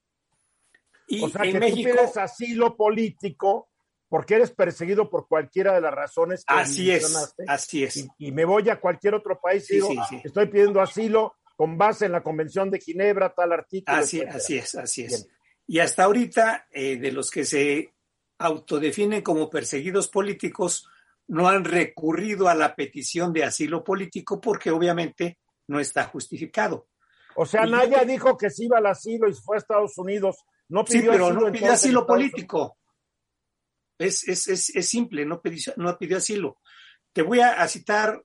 Speaker 3: Y
Speaker 2: o sea,
Speaker 3: en
Speaker 2: que
Speaker 3: México,
Speaker 2: tú pides asilo político porque eres perseguido por cualquiera de las razones que
Speaker 3: así
Speaker 2: mencionaste.
Speaker 3: es, así es.
Speaker 2: Y, y me voy a cualquier otro país y
Speaker 3: sí,
Speaker 2: digo,
Speaker 3: sí, sí.
Speaker 2: estoy pidiendo asilo con base en la Convención de Ginebra, tal artículo.
Speaker 3: Así,
Speaker 2: etcétera.
Speaker 3: así es, así es.
Speaker 2: Bien.
Speaker 3: Y hasta ahorita, eh, de los que se autodefinen como perseguidos políticos, no han recurrido a la petición de asilo político porque obviamente no está justificado.
Speaker 2: O sea,
Speaker 3: y
Speaker 2: Naya
Speaker 3: yo,
Speaker 2: dijo que sí iba al asilo y fue a Estados Unidos. No pidió
Speaker 3: sí, pero
Speaker 2: asilo
Speaker 3: no pidió asilo político. Es, es, es, es simple, no pidió, no pidió asilo. Te voy a, a citar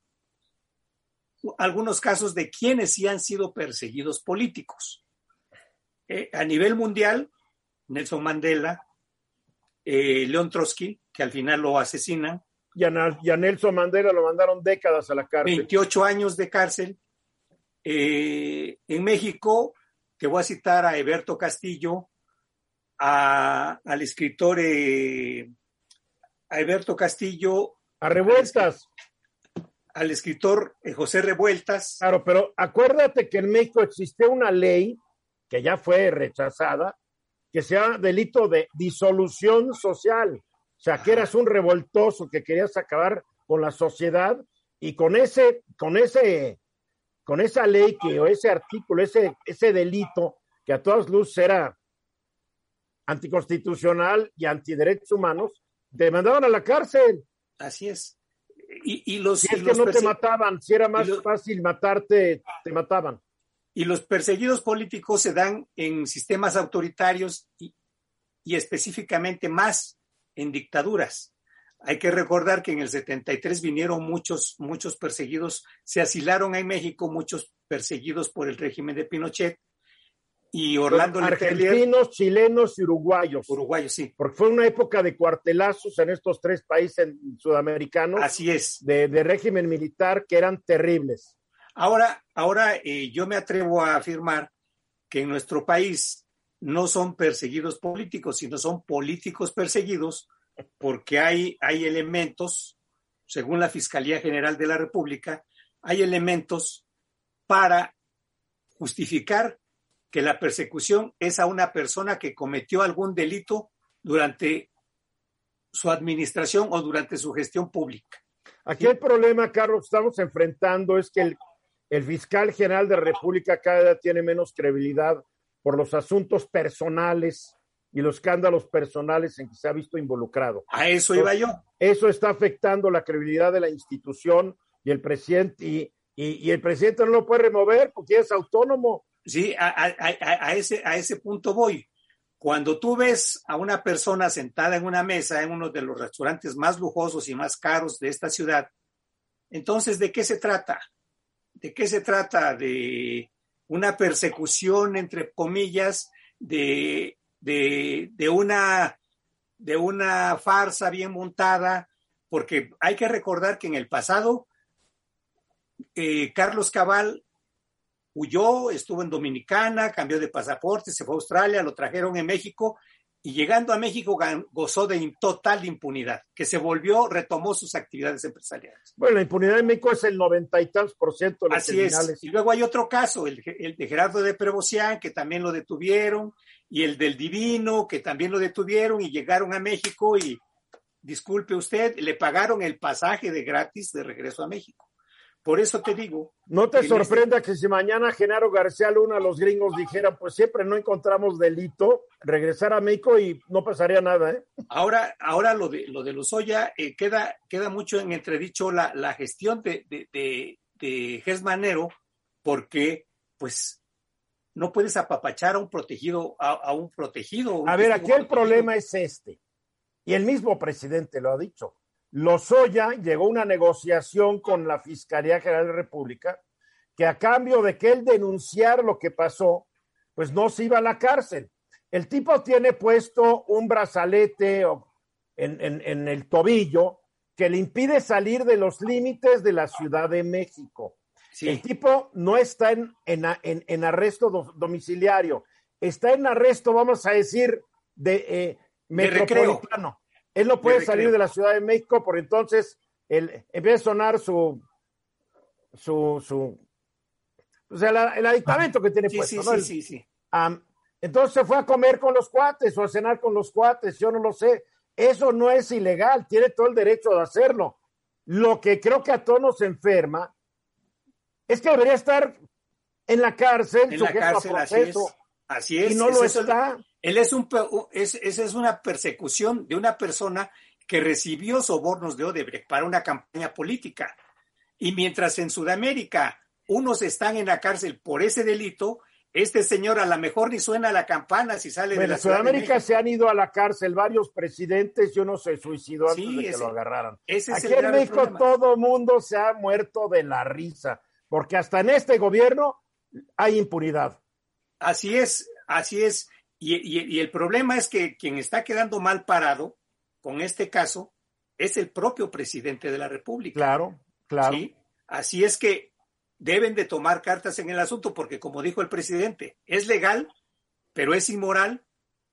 Speaker 3: algunos casos de quienes sí han sido perseguidos políticos. Eh, a nivel mundial, Nelson Mandela, eh, León Trotsky, que al final lo asesinan.
Speaker 2: Y a, y a Nelson Mandela lo mandaron décadas a la cárcel.
Speaker 3: veintiocho años de cárcel. Eh, en México, te voy a citar a Heberto Castillo, a, al escritor, eh, a Heberto Castillo.
Speaker 2: A Revueltas.
Speaker 3: Al, al escritor eh, José Revueltas.
Speaker 2: Claro, pero acuérdate que en México existía una ley que ya fue rechazada, que se llama delito de disolución social. O sea, que eras un revoltoso que querías acabar con la sociedad y con ese, con ese, con esa ley que, o ese artículo, ese, ese delito que a todas luces era anticonstitucional y antiderechos humanos, te mandaban a la cárcel.
Speaker 3: Así es. Y, y los,
Speaker 2: si es
Speaker 3: y
Speaker 2: que
Speaker 3: los
Speaker 2: no
Speaker 3: perse-
Speaker 2: te mataban, si era más
Speaker 3: los,
Speaker 2: fácil matarte, te mataban.
Speaker 3: Y los perseguidos políticos se dan en sistemas autoritarios y, y específicamente más en dictaduras. Hay que recordar que en el setenta y tres vinieron muchos, muchos perseguidos, se asilaron en México, muchos perseguidos por el régimen de Pinochet. Y Orlando
Speaker 2: Argentinos,
Speaker 3: Letelier,
Speaker 2: chilenos y uruguayos.
Speaker 3: Uruguayos, sí.
Speaker 2: Porque fue una época de cuartelazos en estos tres países sudamericanos.
Speaker 3: Así es.
Speaker 2: De, de régimen militar que eran terribles.
Speaker 3: Ahora, ahora eh, yo me atrevo a afirmar que en nuestro país no son perseguidos políticos, sino son políticos perseguidos, porque hay, hay elementos, según la Fiscalía General de la República, hay elementos para justificar que la persecución es a una persona que cometió algún delito durante su administración o durante su gestión pública.
Speaker 2: Aquí el problema, Carlos, que estamos enfrentando es que el, el fiscal general de la República cada día tiene menos credibilidad por los asuntos personales y los escándalos personales en que se ha visto involucrado.
Speaker 3: A eso iba yo.
Speaker 2: Eso está afectando la credibilidad de la institución y el presidente, y, y, y el presidente no lo puede remover porque es autónomo.
Speaker 3: Sí, a, a, a, a, ese, a ese punto voy. Cuando tú ves a una persona sentada en una mesa en uno de los restaurantes más lujosos y más caros de esta ciudad, entonces, ¿de qué se trata? ¿De qué se trata? De una persecución, entre comillas, de, de, de, una, de una farsa bien montada, porque hay que recordar que en el pasado eh, Carlos Cabal huyó, estuvo en Dominicana, cambió de pasaporte, se fue a Australia, lo trajeron en México y llegando a México gozó de total impunidad, que se volvió, retomó sus actividades empresariales.
Speaker 2: Bueno, la impunidad en México es el noventa y tantos por ciento de los
Speaker 3: Así
Speaker 2: criminales.
Speaker 3: Es. Y luego hay otro caso, el, el de Gerardo de Prebocián, que también lo detuvieron, y el del Divino, que también lo detuvieron y llegaron a México y, disculpe usted, le pagaron el pasaje de gratis de regreso a México. Por eso te digo.
Speaker 2: No te sorprenda
Speaker 3: este...
Speaker 2: que si mañana Genaro García Luna, los gringos dijeran, pues siempre no encontramos delito, regresar a México y no pasaría nada, ¿eh?
Speaker 3: Ahora, ahora lo de lo de Lozoya eh, queda, queda mucho en entredicho la, la gestión de, de, de, de Gers Manero, porque pues no puedes apapachar a un protegido, a, a un protegido. Un
Speaker 2: a ver, aquí el
Speaker 3: protegido.
Speaker 2: problema es este, y el mismo presidente lo ha dicho. Lozoya llegó a una negociación con la Fiscalía General de la República que a cambio de que él denunciara lo que pasó, pues no se iba a la cárcel. El tipo tiene puesto un brazalete en, en, en el tobillo que le impide salir de los límites de la Ciudad de México.
Speaker 3: Sí.
Speaker 2: El tipo no está en, en, en, en arresto do, domiciliario, está en arresto, vamos a decir, de, eh, metropolitano. Él no puede de salir de la Ciudad de México, por entonces él, empieza a sonar su, su, su, o sea, la, el aditamento que tiene
Speaker 3: sí,
Speaker 2: puesto,
Speaker 3: sí,
Speaker 2: ¿no?
Speaker 3: Sí,
Speaker 2: el,
Speaker 3: sí, sí.
Speaker 2: Um, entonces se fue a comer con los cuates o a cenar con los cuates, yo no lo sé. Eso no es ilegal, tiene todo el derecho de hacerlo. Lo que creo que a todos nos enferma es que debería estar en la cárcel,
Speaker 3: en la cárcel,
Speaker 2: a proceso,
Speaker 3: así es, así es.
Speaker 2: Y no lo
Speaker 3: es
Speaker 2: está.
Speaker 3: Él es un, es, esa es una persecución de una persona que recibió sobornos de Odebrecht para una campaña política. Y mientras en Sudamérica unos están en la cárcel por ese delito, este señor a lo mejor ni suena la campana si sale
Speaker 2: bueno,
Speaker 3: de la
Speaker 2: en
Speaker 3: Ciudad
Speaker 2: Sudamérica
Speaker 3: de México.
Speaker 2: Se han ido a la cárcel varios presidentes, yo no se suicidó antes
Speaker 3: sí,
Speaker 2: de que
Speaker 3: ese,
Speaker 2: lo agarraran.
Speaker 3: Ese es
Speaker 2: Aquí
Speaker 3: el
Speaker 2: en México
Speaker 3: problema.
Speaker 2: Todo mundo se ha muerto de la risa, porque hasta en este gobierno hay impunidad.
Speaker 3: Así es, así es. Y, y, y el problema es que quien está quedando mal parado con este caso es el propio presidente de la República.
Speaker 2: Claro, claro.
Speaker 3: ¿Sí? Así es que deben de tomar cartas en el asunto, porque como dijo el presidente, es legal, pero es inmoral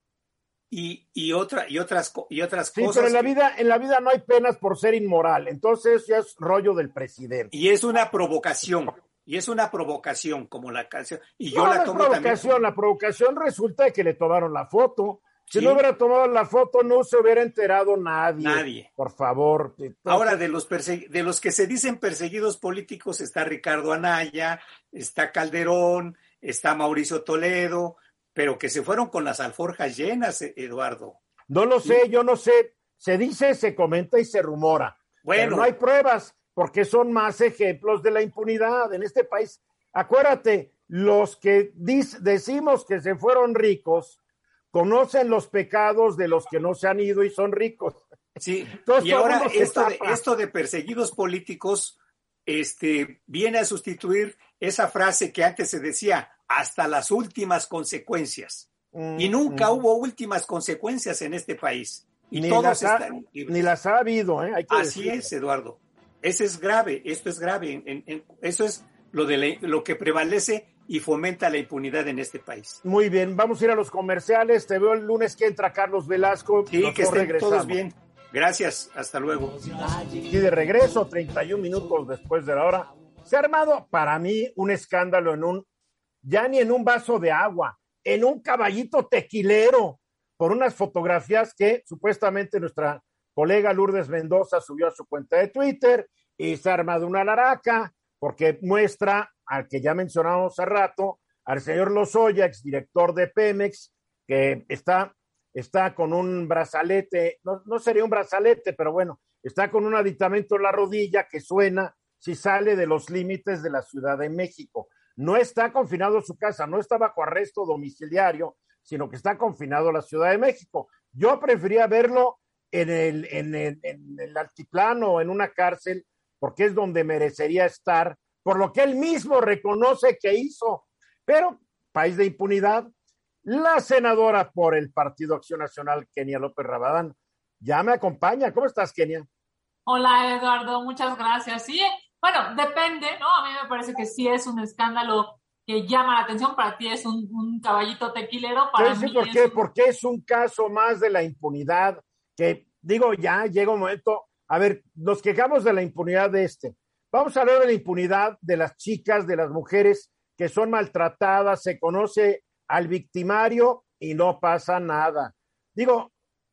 Speaker 3: y, y, otra, y otras, y otras
Speaker 2: sí,
Speaker 3: cosas.
Speaker 2: Sí, pero en la,
Speaker 3: que...
Speaker 2: vida, en la vida no hay penas por ser inmoral, entonces ya es rollo del presidente.
Speaker 3: Y es una provocación, y es una provocación como la canción. Y yo
Speaker 2: no,
Speaker 3: la
Speaker 2: no
Speaker 3: tomo
Speaker 2: es provocación,
Speaker 3: también.
Speaker 2: La provocación resulta de que le tomaron la foto. Si
Speaker 3: sí.
Speaker 2: no hubiera tomado la foto, no se hubiera enterado nadie.
Speaker 3: Nadie.
Speaker 2: Por favor. Entonces...
Speaker 3: Ahora, de los, perse- de los que se dicen perseguidos políticos está Ricardo Anaya, está Calderón, está Mauricio Toledo, pero que se fueron con las alforjas llenas, Eduardo.
Speaker 2: No lo
Speaker 3: ¿Sí?
Speaker 2: sé, yo no sé. Se dice, se comenta y se rumora.
Speaker 3: Bueno.
Speaker 2: Pero no hay pruebas, porque son más ejemplos de la impunidad en este país. Acuérdate, los que dic- decimos que se fueron ricos conocen los pecados de los que no se han ido y son ricos.
Speaker 3: Sí,
Speaker 2: Entonces,
Speaker 3: y ahora
Speaker 2: todo
Speaker 3: esto de,
Speaker 2: tapa.
Speaker 3: esto de perseguidos políticos este, viene a sustituir esa frase que antes se decía, hasta las últimas consecuencias. Mm, y nunca mm. hubo últimas consecuencias en este país. Y
Speaker 2: ni
Speaker 3: todos
Speaker 2: las ha,
Speaker 3: están libres.
Speaker 2: Ni las ha habido, ¿eh? Hay que
Speaker 3: Así
Speaker 2: decirlo.
Speaker 3: es, Eduardo. Eso es grave, esto es grave. En, en, en, eso es lo, de la, lo que prevalece y fomenta la impunidad en este país.
Speaker 2: Muy bien, vamos a ir a los comerciales. Te veo el lunes que entra Carlos Velasco.
Speaker 3: Sí, que estén regresamos. Todos bien. Gracias, hasta luego.
Speaker 2: Y de regreso, treinta y un minutos después de la hora, se ha armado para mí un escándalo en un, ya ni en un vaso de agua, en un caballito tequilero, por unas fotografías que supuestamente nuestra colega Lourdes Mendoza subió a su cuenta de Twitter y se ha armado una laraca porque muestra al que ya mencionamos hace rato, al señor Lozoya, exdirector de Pemex, que está, está con un brazalete, no, no sería un brazalete, pero bueno, está con un aditamento en la rodilla que suena si sale de los límites de la Ciudad de México. No está confinado en su casa, no está bajo arresto domiciliario, sino que está confinado en la Ciudad de México. Yo prefería verlo en el, en el, en el altiplano, en una cárcel, porque es donde merecería estar, por lo que él mismo reconoce que hizo. Pero, país de impunidad, la senadora por el Partido Acción Nacional, Kenia López Rabadán, ya me acompaña. ¿Cómo estás, Kenia?
Speaker 7: Hola, Eduardo, muchas gracias. Sí, bueno, depende, ¿no? A mí me parece que sí es un escándalo que llama la atención. Para ti es un, un caballito tequilero. Para
Speaker 2: sí, sí,
Speaker 7: mí
Speaker 2: ¿por
Speaker 7: es
Speaker 2: qué?
Speaker 7: un...
Speaker 2: Porque es un caso más de la impunidad que, digo, ya llega un momento. A ver, nos quejamos de la impunidad de este. Vamos a hablar de la impunidad de las chicas, de las mujeres que son maltratadas, se conoce al victimario y no pasa nada. Digo,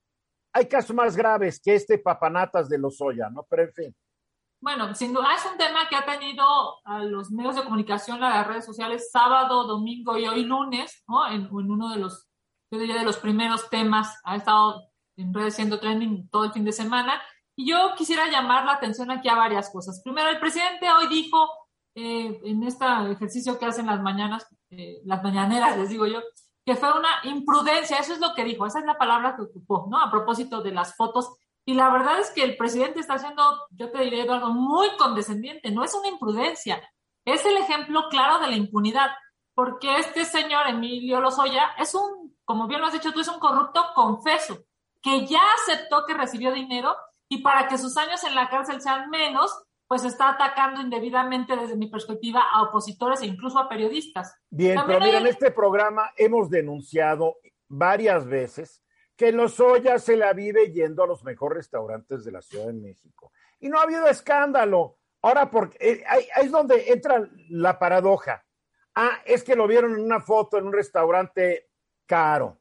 Speaker 2: hay casos más graves que este papanatas de Lozoya, ¿no? Pero en fin.
Speaker 7: Bueno, sin duda es un tema que ha tenido a los medios de comunicación, a las redes sociales, sábado, domingo y hoy lunes, ¿no? En, en uno de los, yo diría, de los primeros temas, ha estado en redes siendo trending todo el fin de semana. Y yo quisiera llamar la atención aquí a varias cosas. Primero, el presidente hoy dijo, eh, en este ejercicio que hacen las mañanas, eh, las mañaneras, les digo yo, que fue una imprudencia. Eso es lo que dijo, esa es la palabra que ocupó, ¿no? A propósito de las fotos. Y la verdad es que el presidente está siendo, yo te diré, Eduardo, muy condescendiente. No es una imprudencia, es el ejemplo claro de la impunidad. Porque este señor Emilio Lozoya es un, como bien lo has dicho tú, es un corrupto confeso, que ya aceptó que recibió dinero. Y para que sus años en la cárcel sean menos, pues está atacando indebidamente desde mi perspectiva a opositores e incluso a periodistas.
Speaker 2: Bien,
Speaker 7: También
Speaker 2: pero mira,
Speaker 7: hay...
Speaker 2: en este programa hemos denunciado varias veces que Lozoya se la vive yendo a los mejores restaurantes de la Ciudad de México. Y no ha habido escándalo. Ahora, porque eh, ahí, ahí es donde entra la paradoja. Ah, es que lo vieron en una foto en un restaurante caro.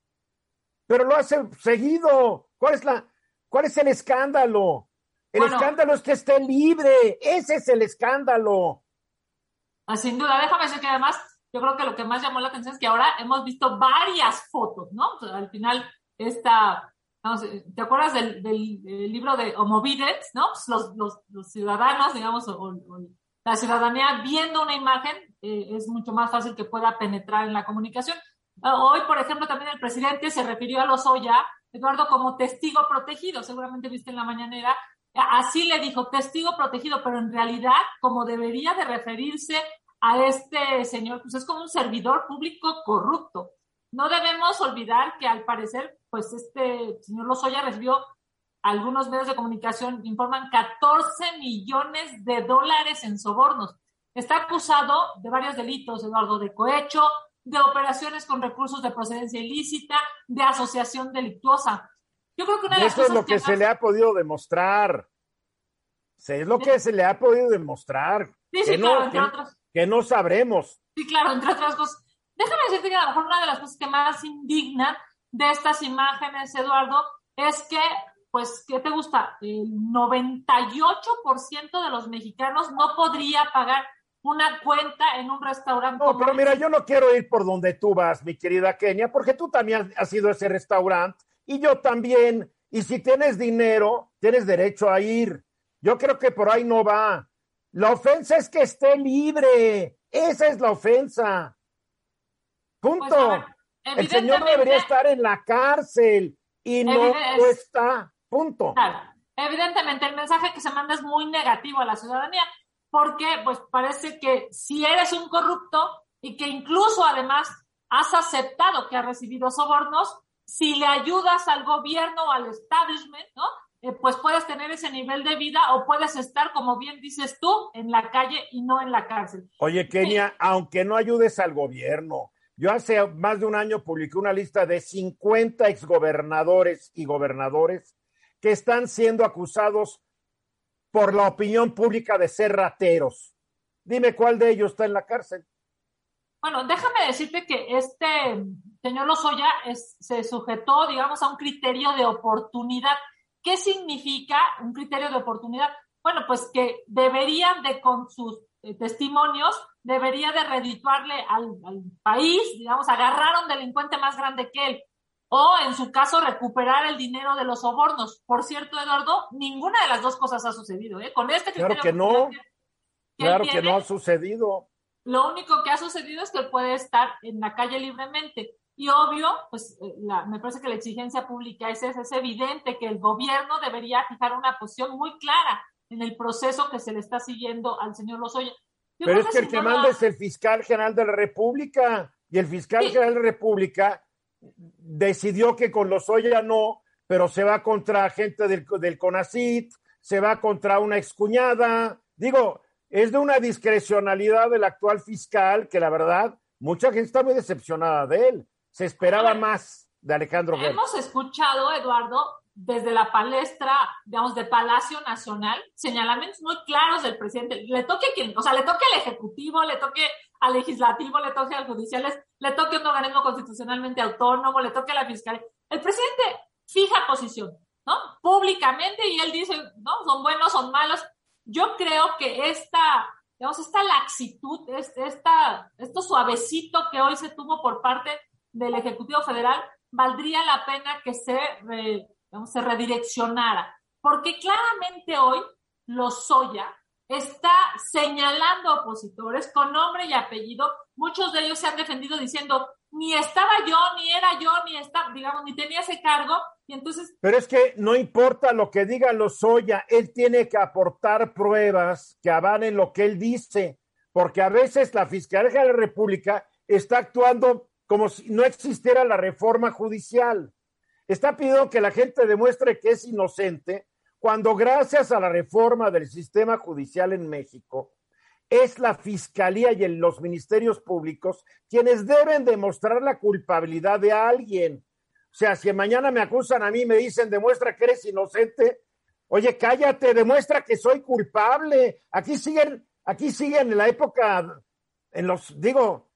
Speaker 2: Pero lo hace seguido. ¿Cuál es la, cuál es el escándalo? El bueno, escándalo es que esté libre. Ese es el escándalo.
Speaker 7: Sin duda, déjame decir que además, yo creo que lo que más llamó la atención es que ahora hemos visto varias fotos, ¿no? O sea, al final, esta, no sé, ¿te acuerdas del, del, del libro de Homo Videns, ¿no? Pues los, los, los ciudadanos, digamos, o, o la ciudadanía viendo una imagen eh, es mucho más fácil que pueda penetrar en la comunicación. Hoy, por ejemplo, también el presidente se refirió a Lozoya, Eduardo, como testigo protegido, seguramente viste en la mañanera, así le dijo, testigo protegido, pero en realidad, como debería de referirse a este señor, pues es como un servidor público corrupto. No debemos olvidar que al parecer, pues este señor Lozoya recibió, algunos medios de comunicación informan, catorce millones de dólares en sobornos. Está acusado de varios delitos, Eduardo, de cohecho, de operaciones con recursos de procedencia ilícita, de asociación delictuosa. Yo creo que una de las
Speaker 2: Eso es lo que,
Speaker 7: que
Speaker 2: se
Speaker 7: más...
Speaker 2: le ha podido demostrar. Es lo que se le ha podido demostrar.
Speaker 7: Sí, sí,
Speaker 2: que
Speaker 7: claro,
Speaker 2: no,
Speaker 7: entre
Speaker 2: que,
Speaker 7: otras.
Speaker 2: Que no sabremos.
Speaker 7: Sí, claro, entre otras cosas. Déjame decirte que a lo mejor una de las cosas que más indignan de estas imágenes, Eduardo, es que, pues, ¿qué te gusta? El noventa y ocho por ciento de los mexicanos no podría pagar una cuenta en un restaurante.
Speaker 2: No, pero mira, yo no quiero ir por donde tú vas, mi querida Kenia, porque tú también has ido a ese restaurante y yo también. Y si tienes dinero, tienes derecho a ir. Yo creo que por ahí no va. La ofensa es que esté libre. Esa es la ofensa. Punto. Pues, ver, el señor debería estar en la cárcel y no lo está. Punto.
Speaker 7: Claro. Evidentemente, el mensaje que se manda es muy negativo a la ciudadanía, porque pues parece que si eres un corrupto y que incluso además has aceptado que has recibido sobornos, si le ayudas al gobierno o al establishment, ¿no? Eh, pues puedes tener ese nivel de vida o puedes estar, como bien dices tú, en la calle y no en la cárcel.
Speaker 2: Oye, Kenia, sí. Aunque no ayudes al gobierno, yo hace más de un año publiqué una lista de cincuenta exgobernadores y gobernadores que están siendo acusados por la opinión pública de ser rateros. Dime cuál de ellos está en la cárcel.
Speaker 7: Bueno, déjame decirte que este señor Lozoya es, se sujetó, digamos, a un criterio de oportunidad. ¿Qué significa un criterio de oportunidad? Bueno, pues que deberían de, con sus eh, testimonios, debería de redituarle al, al país, digamos, agarrar a un delincuente más grande que él, o en su caso recuperar el dinero de los sobornos. Por cierto, Eduardo, ninguna de las dos cosas ha sucedido, ¿eh? Con este criterio
Speaker 2: claro que no,
Speaker 7: que, que
Speaker 2: claro
Speaker 7: tiene,
Speaker 2: que no ha sucedido.
Speaker 7: Lo único que ha sucedido es que puede estar en la calle libremente. Y obvio, pues la, me parece que la exigencia pública es, es, es evidente que el gobierno debería fijar una posición muy clara en el proceso que se le está siguiendo al señor Lozoya. Yo
Speaker 2: Pero es que, que el que manda
Speaker 7: la...
Speaker 2: es el fiscal general de la República, y el fiscal sí. general de la República decidió que con Lozoya no, pero se va contra gente del, del CONACYT, se va contra una excuñada. Digo, es de una discrecionalidad del actual fiscal que la verdad, mucha gente está muy decepcionada de él. Se esperaba más de Alejandro Gertz.
Speaker 7: Hemos escuchado, Eduardo, desde la palestra, digamos, de Palacio Nacional, señalamientos muy claros del presidente. Le toque quien, o sea, le toque al Ejecutivo, le toque al Legislativo, le toque al Judicial, le toque un organismo constitucionalmente autónomo, le toque a la Fiscalía. El presidente fija posición, ¿no? Públicamente, y él dice, ¿no? Son buenos, son malos. Yo creo que esta, digamos, esta laxitud, este, esta, esto suavecito que hoy se tuvo por parte del Ejecutivo Federal, valdría la pena que se, re, digamos, se redireccionara. Porque claramente hoy Lozoya está señalando opositores con nombre y apellido. Muchos de ellos se han defendido diciendo, ni estaba yo, ni era yo, ni estaba, digamos, ni tenía ese cargo. Y entonces...
Speaker 2: Pero es que no importa lo que diga Lozoya, él tiene que aportar pruebas que avalen lo que él dice, porque a veces la Fiscalía de la República está actuando como si no existiera la reforma judicial. Está pidiendo que la gente demuestre que es inocente cuando gracias a la reforma del sistema judicial en México, es la Fiscalía y el, los ministerios públicos quienes deben demostrar la culpabilidad de alguien. O sea, si mañana me acusan a mí y me dicen, demuestra que eres inocente, oye, cállate, demuestra que soy culpable. Aquí siguen, aquí siguen en la época, en los, digo,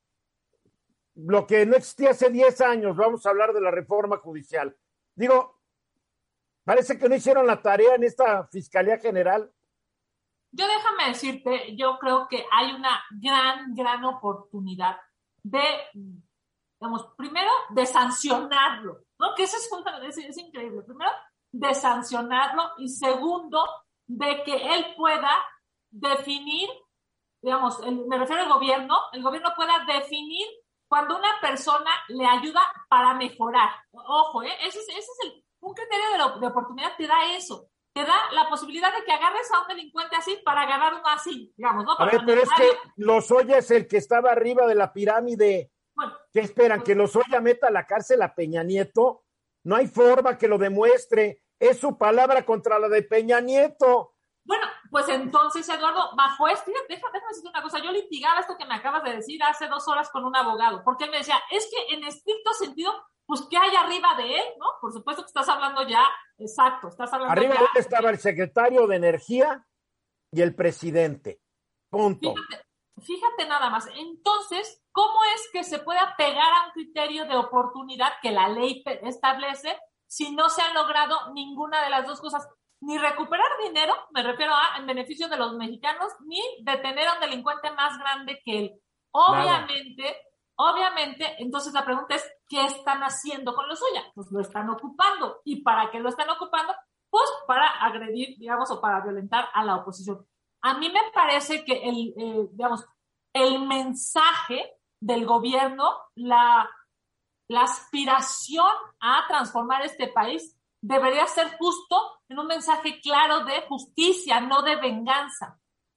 Speaker 2: lo que no existía hace diez años, vamos a hablar de la reforma judicial. Digo, parece que no hicieron la tarea en esta Fiscalía General.
Speaker 7: Yo déjame decirte, yo creo que hay una gran, gran oportunidad de, digamos, primero, de sancionarlo, ¿no? Que eso es, es, es increíble. Primero, de sancionarlo y segundo, de que él pueda definir, digamos, el, me refiero al gobierno, el gobierno pueda definir cuando una persona le ayuda para mejorar. Ojo, ¿eh? Ese es, ese es el, un criterio de, lo, de oportunidad, te da eso. Te da la posibilidad de que agarres a un delincuente así para agarrar uno así, digamos, ¿no? Para
Speaker 2: a ver, pero es que Lozoya es el que estaba arriba de la pirámide. Bueno, ¿qué esperan? Pues, ¿que Lozoya meta a la cárcel a Peña Nieto? No hay forma que lo demuestre. Es su palabra contra la de Peña Nieto.
Speaker 7: Bueno, pues entonces, Eduardo, bajo esto, déjame, déjame decirte una cosa, yo litigaba esto que me acabas de decir hace dos horas con un abogado, porque él me decía, es que en estricto sentido, pues, ¿qué hay arriba de él, no? Por supuesto que estás hablando ya, exacto, estás hablando
Speaker 2: arriba
Speaker 7: ya.
Speaker 2: Arriba de él estaba el secretario de Energía y el presidente, punto.
Speaker 7: Fíjate, fíjate nada más, entonces, ¿cómo es que se puede apegar a un criterio de oportunidad que la ley establece si no se ha logrado ninguna de las dos cosas? Ni recuperar dinero, me refiero a en beneficio de los mexicanos, ni detener a un delincuente más grande que él. Obviamente, Nada. obviamente, entonces la pregunta es, ¿qué están haciendo con lo suyo? Pues lo están ocupando. ¿Y para qué lo están ocupando? Pues para agredir, digamos, o para violentar a la oposición. A mí me parece que el, eh, digamos, el mensaje del gobierno, la, la aspiración a transformar este país, debería ser justo en un mensaje claro de justicia, no de venganza.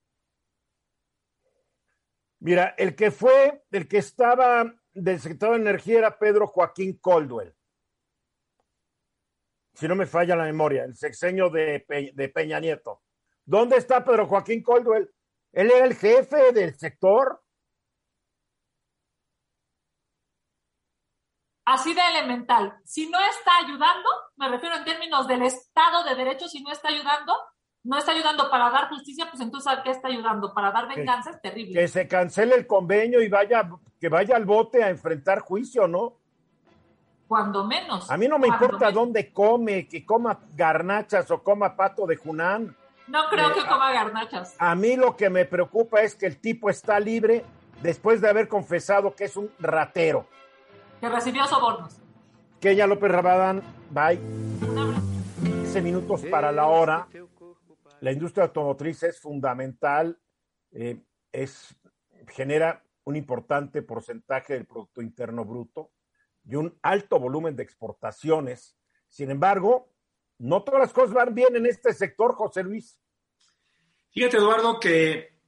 Speaker 2: Mira, el que fue, el que estaba del secretario de Energía era Pedro Joaquín Coldwell. Si no me falla la memoria, el sexenio de, Pe- de Peña Nieto. ¿Dónde está Pedro Joaquín Coldwell? Él era el jefe del sector.
Speaker 7: Así de elemental. Si no está ayudando, me refiero en términos del Estado de Derecho, si no está ayudando, no está ayudando para dar justicia, pues entonces ¿a qué está ayudando? Para dar venganza, es terrible.
Speaker 2: Que se cancele el convenio y vaya, que vaya al bote a enfrentar juicio, ¿no?
Speaker 7: Cuando menos.
Speaker 2: A mí no me importa
Speaker 7: menos.
Speaker 2: dónde come, que coma garnachas o coma pato de Junán.
Speaker 7: No creo
Speaker 2: eh,
Speaker 7: que coma garnachas.
Speaker 2: A mí lo que me preocupa es que el tipo está libre después de haber confesado que es un ratero.
Speaker 7: Que recibió sobornos.
Speaker 2: Kenia López Rabadán, bye. quince minutos para la hora. La industria automotriz es fundamental, eh, es, genera un importante porcentaje del Producto Interno Bruto y un alto volumen de exportaciones. Sin embargo, no todas las cosas van bien en este sector, José Luis.
Speaker 5: Fíjate, Eduardo, que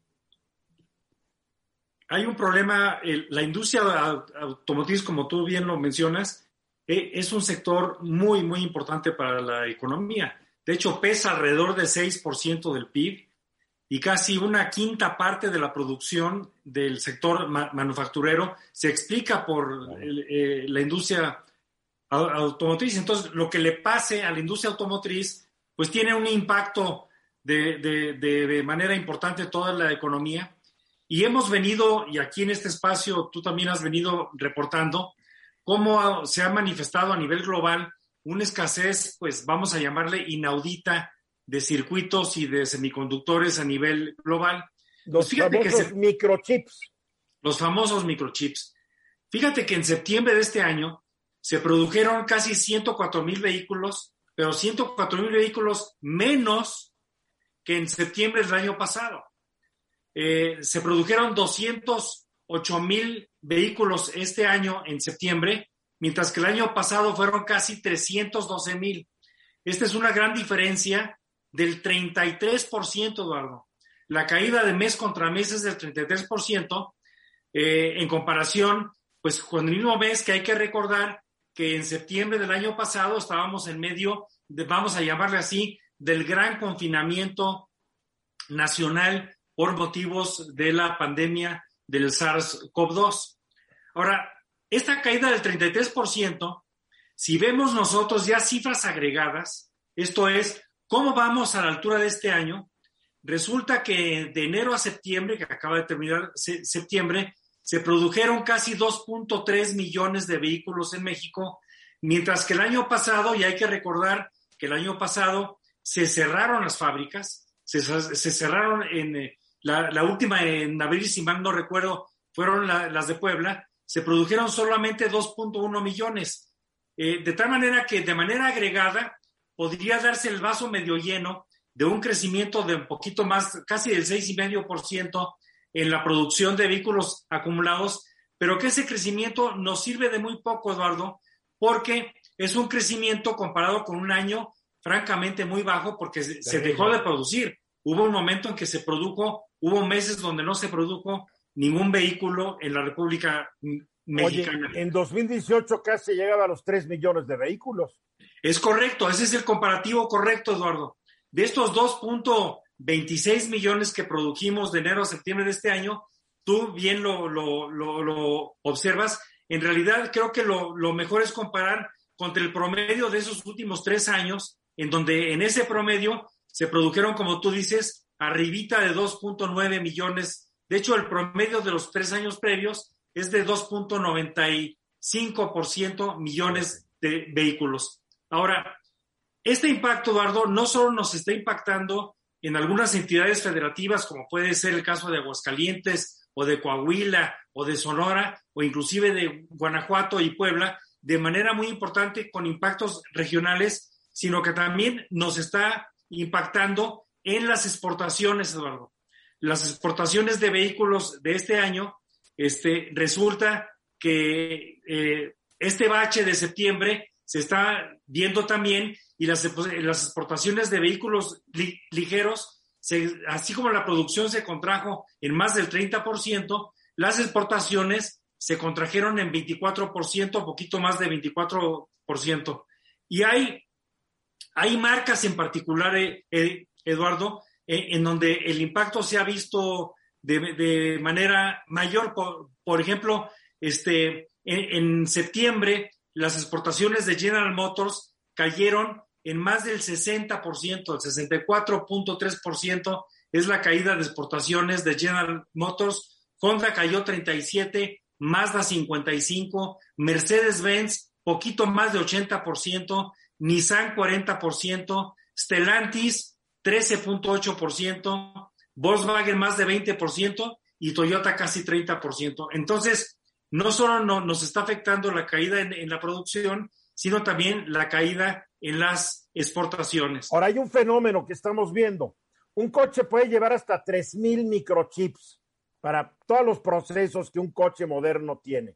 Speaker 5: hay un problema, el, la industria automotriz, como tú bien lo mencionas, eh, es un sector muy, muy importante para la economía. De hecho, pesa alrededor del seis por ciento del P I B y casi una quinta parte de la producción del sector ma- manufacturero se explica por el, eh, la industria automotriz. Entonces, lo que le pase a la industria automotriz, pues tiene un impacto de, de, de, de manera importante en toda la economía. Y hemos venido, y aquí en este espacio tú también has venido reportando, cómo se ha manifestado a nivel global una escasez, pues vamos a llamarle inaudita, de circuitos y de semiconductores a nivel global.
Speaker 2: Los
Speaker 5: pues
Speaker 2: famosos
Speaker 5: que se,
Speaker 2: microchips.
Speaker 5: Los famosos microchips. Fíjate que en septiembre de este año se produjeron casi ciento cuatro mil vehículos, pero ciento cuatro mil vehículos menos que en septiembre del año pasado. Eh, se produjeron doscientos ocho mil vehículos este año en septiembre, mientras que el año pasado fueron casi trescientos doce mil. Esta es una gran diferencia del treinta y tres por ciento, Eduardo. La caída de mes contra mes es del treinta y tres por ciento, eh, en comparación pues con el mismo mes, que hay que recordar que en septiembre del año pasado estábamos en medio de, vamos a llamarle así, del gran confinamiento nacional por motivos de la pandemia del SARS-CoV dos. Ahora, esta caída del treinta y tres por ciento, si vemos nosotros ya cifras agregadas, esto es, ¿cómo vamos a la altura de este año? Resulta que de enero a septiembre, que acaba de terminar se, septiembre, se produjeron casi dos punto tres millones de vehículos en México, mientras que el año pasado, y hay que recordar que el año pasado se cerraron las fábricas, se, se cerraron en eh, la, la última en abril, si mal no recuerdo, fueron la, las de Puebla, se produjeron solamente dos punto uno millones, eh, de tal manera que de manera agregada podría darse el vaso medio lleno de un crecimiento de un poquito más, casi del seis coma cinco por ciento en la producción de vehículos acumulados, pero que ese crecimiento nos sirve de muy poco, Eduardo, porque es un crecimiento comparado con un año francamente muy bajo, porque se, se dejó de producir. Hubo un momento en que se produjo, hubo meses donde no se produjo ningún vehículo en la República Mexicana.
Speaker 2: Oye, en dos mil dieciocho casi llegaba a los tres millones de vehículos.
Speaker 5: Es correcto, ese es el comparativo correcto, Eduardo. De estos dos punto veintiséis millones que produjimos de enero a septiembre de este año, tú bien lo, lo, lo, lo observas, en realidad creo que lo, lo mejor es comparar contra el promedio de esos últimos tres años, en donde en ese promedio se produjeron, como tú dices, arribita de dos punto nueve millones. De hecho, el promedio de los tres años previos es de dos punto noventa y cinco por ciento millones de vehículos. Ahora, este impacto, Eduardo, no solo nos está impactando en algunas entidades federativas, como puede ser el caso de Aguascalientes o de Coahuila o de Sonora o inclusive de Guanajuato y Puebla, de manera muy importante con impactos regionales, sino que también nos está impactando en las exportaciones, Eduardo. Las exportaciones de vehículos de este año, este, resulta que eh, este bache de septiembre se está viendo también, y las, las exportaciones de vehículos li, ligeros, se, así como la producción se contrajo en más del treinta por ciento, las exportaciones se contrajeron en veinticuatro por ciento, poquito más de veinticuatro por ciento. Y hay, hay marcas en particular, eh, eh, Eduardo, eh, en donde el impacto se ha visto de, de manera mayor. Por, por ejemplo, este, en, en septiembre, las exportaciones de General Motors cayeron en más del sesenta por ciento, el sesenta y cuatro punto tres por ciento es la caída de exportaciones de General Motors. Honda cayó treinta y siete por ciento, Mazda cincuenta y cinco por ciento, Mercedes-Benz poquito más de ochenta por ciento, Nissan cuarenta por ciento, Stellantis trece punto ocho por ciento, Volkswagen más de veinte por ciento y Toyota casi treinta por ciento. Entonces, no solo no, nos está afectando la caída en, en la producción, sino también la caída en las exportaciones.
Speaker 2: Ahora hay un fenómeno que estamos viendo. Un coche puede llevar hasta tres mil microchips para todos los procesos que un coche moderno tiene.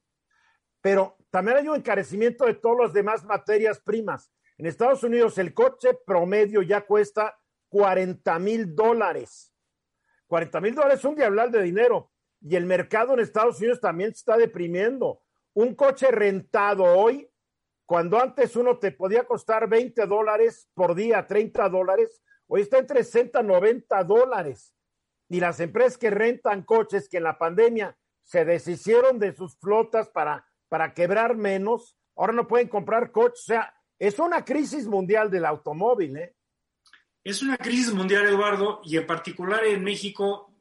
Speaker 2: Pero también hay un encarecimiento de todas las demás materias primas. En Estados Unidos el coche promedio ya cuesta cuarenta mil dólares. cuarenta mil dólares es un diablal de dinero. Y el mercado en Estados Unidos también se está deprimiendo. Un coche rentado hoy, cuando antes uno te podía costar veinte dólares por día, treinta dólares, hoy está entre sesenta, noventa dólares. Y las empresas que rentan coches que en la pandemia se deshicieron de sus flotas para, para quebrar menos, ahora no pueden comprar coches. O sea, es una crisis mundial del automóvil, ¿eh?
Speaker 5: Es una crisis mundial, Eduardo, y en particular en México,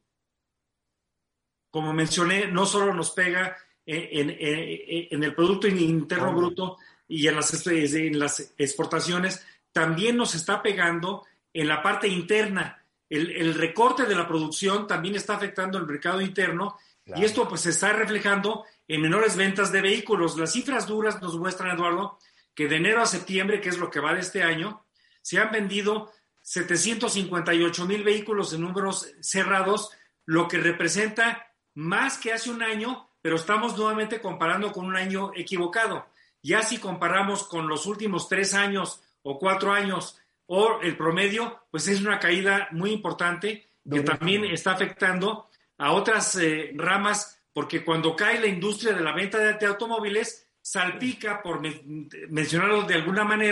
Speaker 5: como mencioné, no solo nos pega en, en, en el Producto Interno oh. Bruto y en las, en las exportaciones, también nos está pegando en la parte interna. El, el recorte de la producción también está afectando el mercado interno, claro. Y esto pues se está reflejando en menores ventas de vehículos. Las cifras duras nos muestran, Eduardo, que de enero a septiembre, que es lo que va de este año, se han vendido setecientos cincuenta y ocho mil vehículos en números cerrados, lo que representa más que hace un año, pero estamos nuevamente comparando con un año equivocado. Ya si comparamos con los últimos tres años o cuatro años o el promedio, pues es una caída muy importante que también está afectando a otras eh, ramas, porque cuando cae la industria de la venta de, de automóviles, salpica, por me- mencionarlo de alguna manera,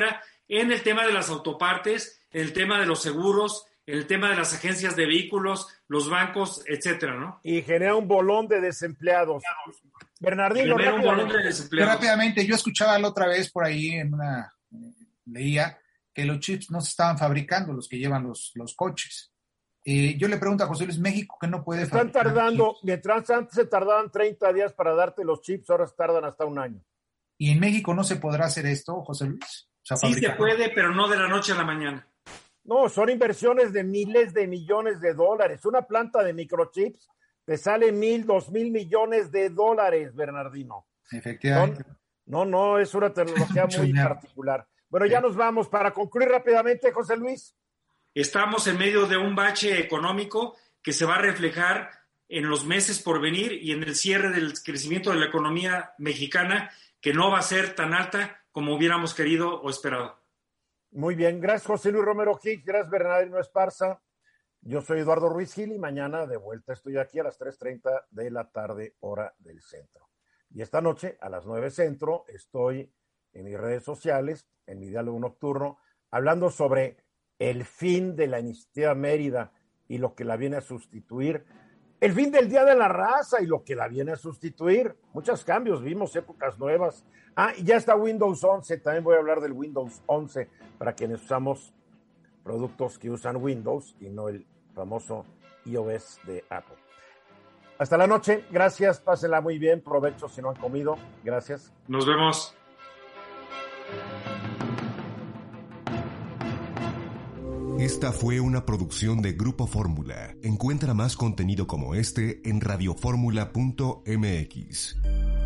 Speaker 5: en el tema de las autopartes, en el tema de los seguros, en el tema de las agencias de vehículos, los bancos, etcétera, ¿no?
Speaker 2: Y genera un bolón de desempleados. Bernardino,
Speaker 5: genera un bolón de desempleados.
Speaker 4: Rápidamente, yo escuchaba la otra vez por ahí en una eh, leía que los chips no se estaban fabricando, los que llevan los, los coches. Eh, yo le pregunto a José Luis, México que no puede
Speaker 2: Están
Speaker 4: fabricar
Speaker 2: tardando,
Speaker 4: chips.
Speaker 2: mientras antes se tardaban treinta días para darte los chips, ahora se tardan hasta un año.
Speaker 4: ¿Y en México no se podrá hacer esto, José Luis? O sea,
Speaker 5: sí
Speaker 4: fabricar.
Speaker 5: se puede, pero no de la noche a la mañana.
Speaker 2: No, son inversiones de miles de millones de dólares. Una planta de microchips te sale mil, dos mil millones de dólares, Bernardino.
Speaker 4: Efectivamente.
Speaker 2: Son, no, no, es una tecnología muy particular. Bueno, ya nos vamos. Para concluir rápidamente, José Luis.
Speaker 5: Estamos en medio de un bache económico que se va a reflejar en los meses por venir y en el cierre del crecimiento de la economía mexicana, que no va a ser tan alta como hubiéramos querido o esperado.
Speaker 2: Muy bien, gracias José Luis Romero Hicks, gracias Bernardino Esparza. Yo soy Eduardo Ruiz Gil y mañana de vuelta estoy aquí a las tres treinta de la tarde, hora del centro. Y esta noche, a las nueve centro, estoy en mis redes sociales, en mi diálogo nocturno, hablando sobre el fin de la iniciativa Mérida y lo que la viene a sustituir. El fin del Día de la Raza y lo que la viene a sustituir. Muchos cambios, vimos épocas nuevas. Ah, y ya está Windows once, también voy a hablar del Windows once para quienes usamos productos que usan Windows y no el famoso iOS de Apple. Hasta la noche, gracias, pásenla muy bien, provecho si no han comido, gracias.
Speaker 5: Nos vemos.
Speaker 1: Esta fue una producción de Grupo Fórmula. Encuentra más contenido como este en radioformula punto m x.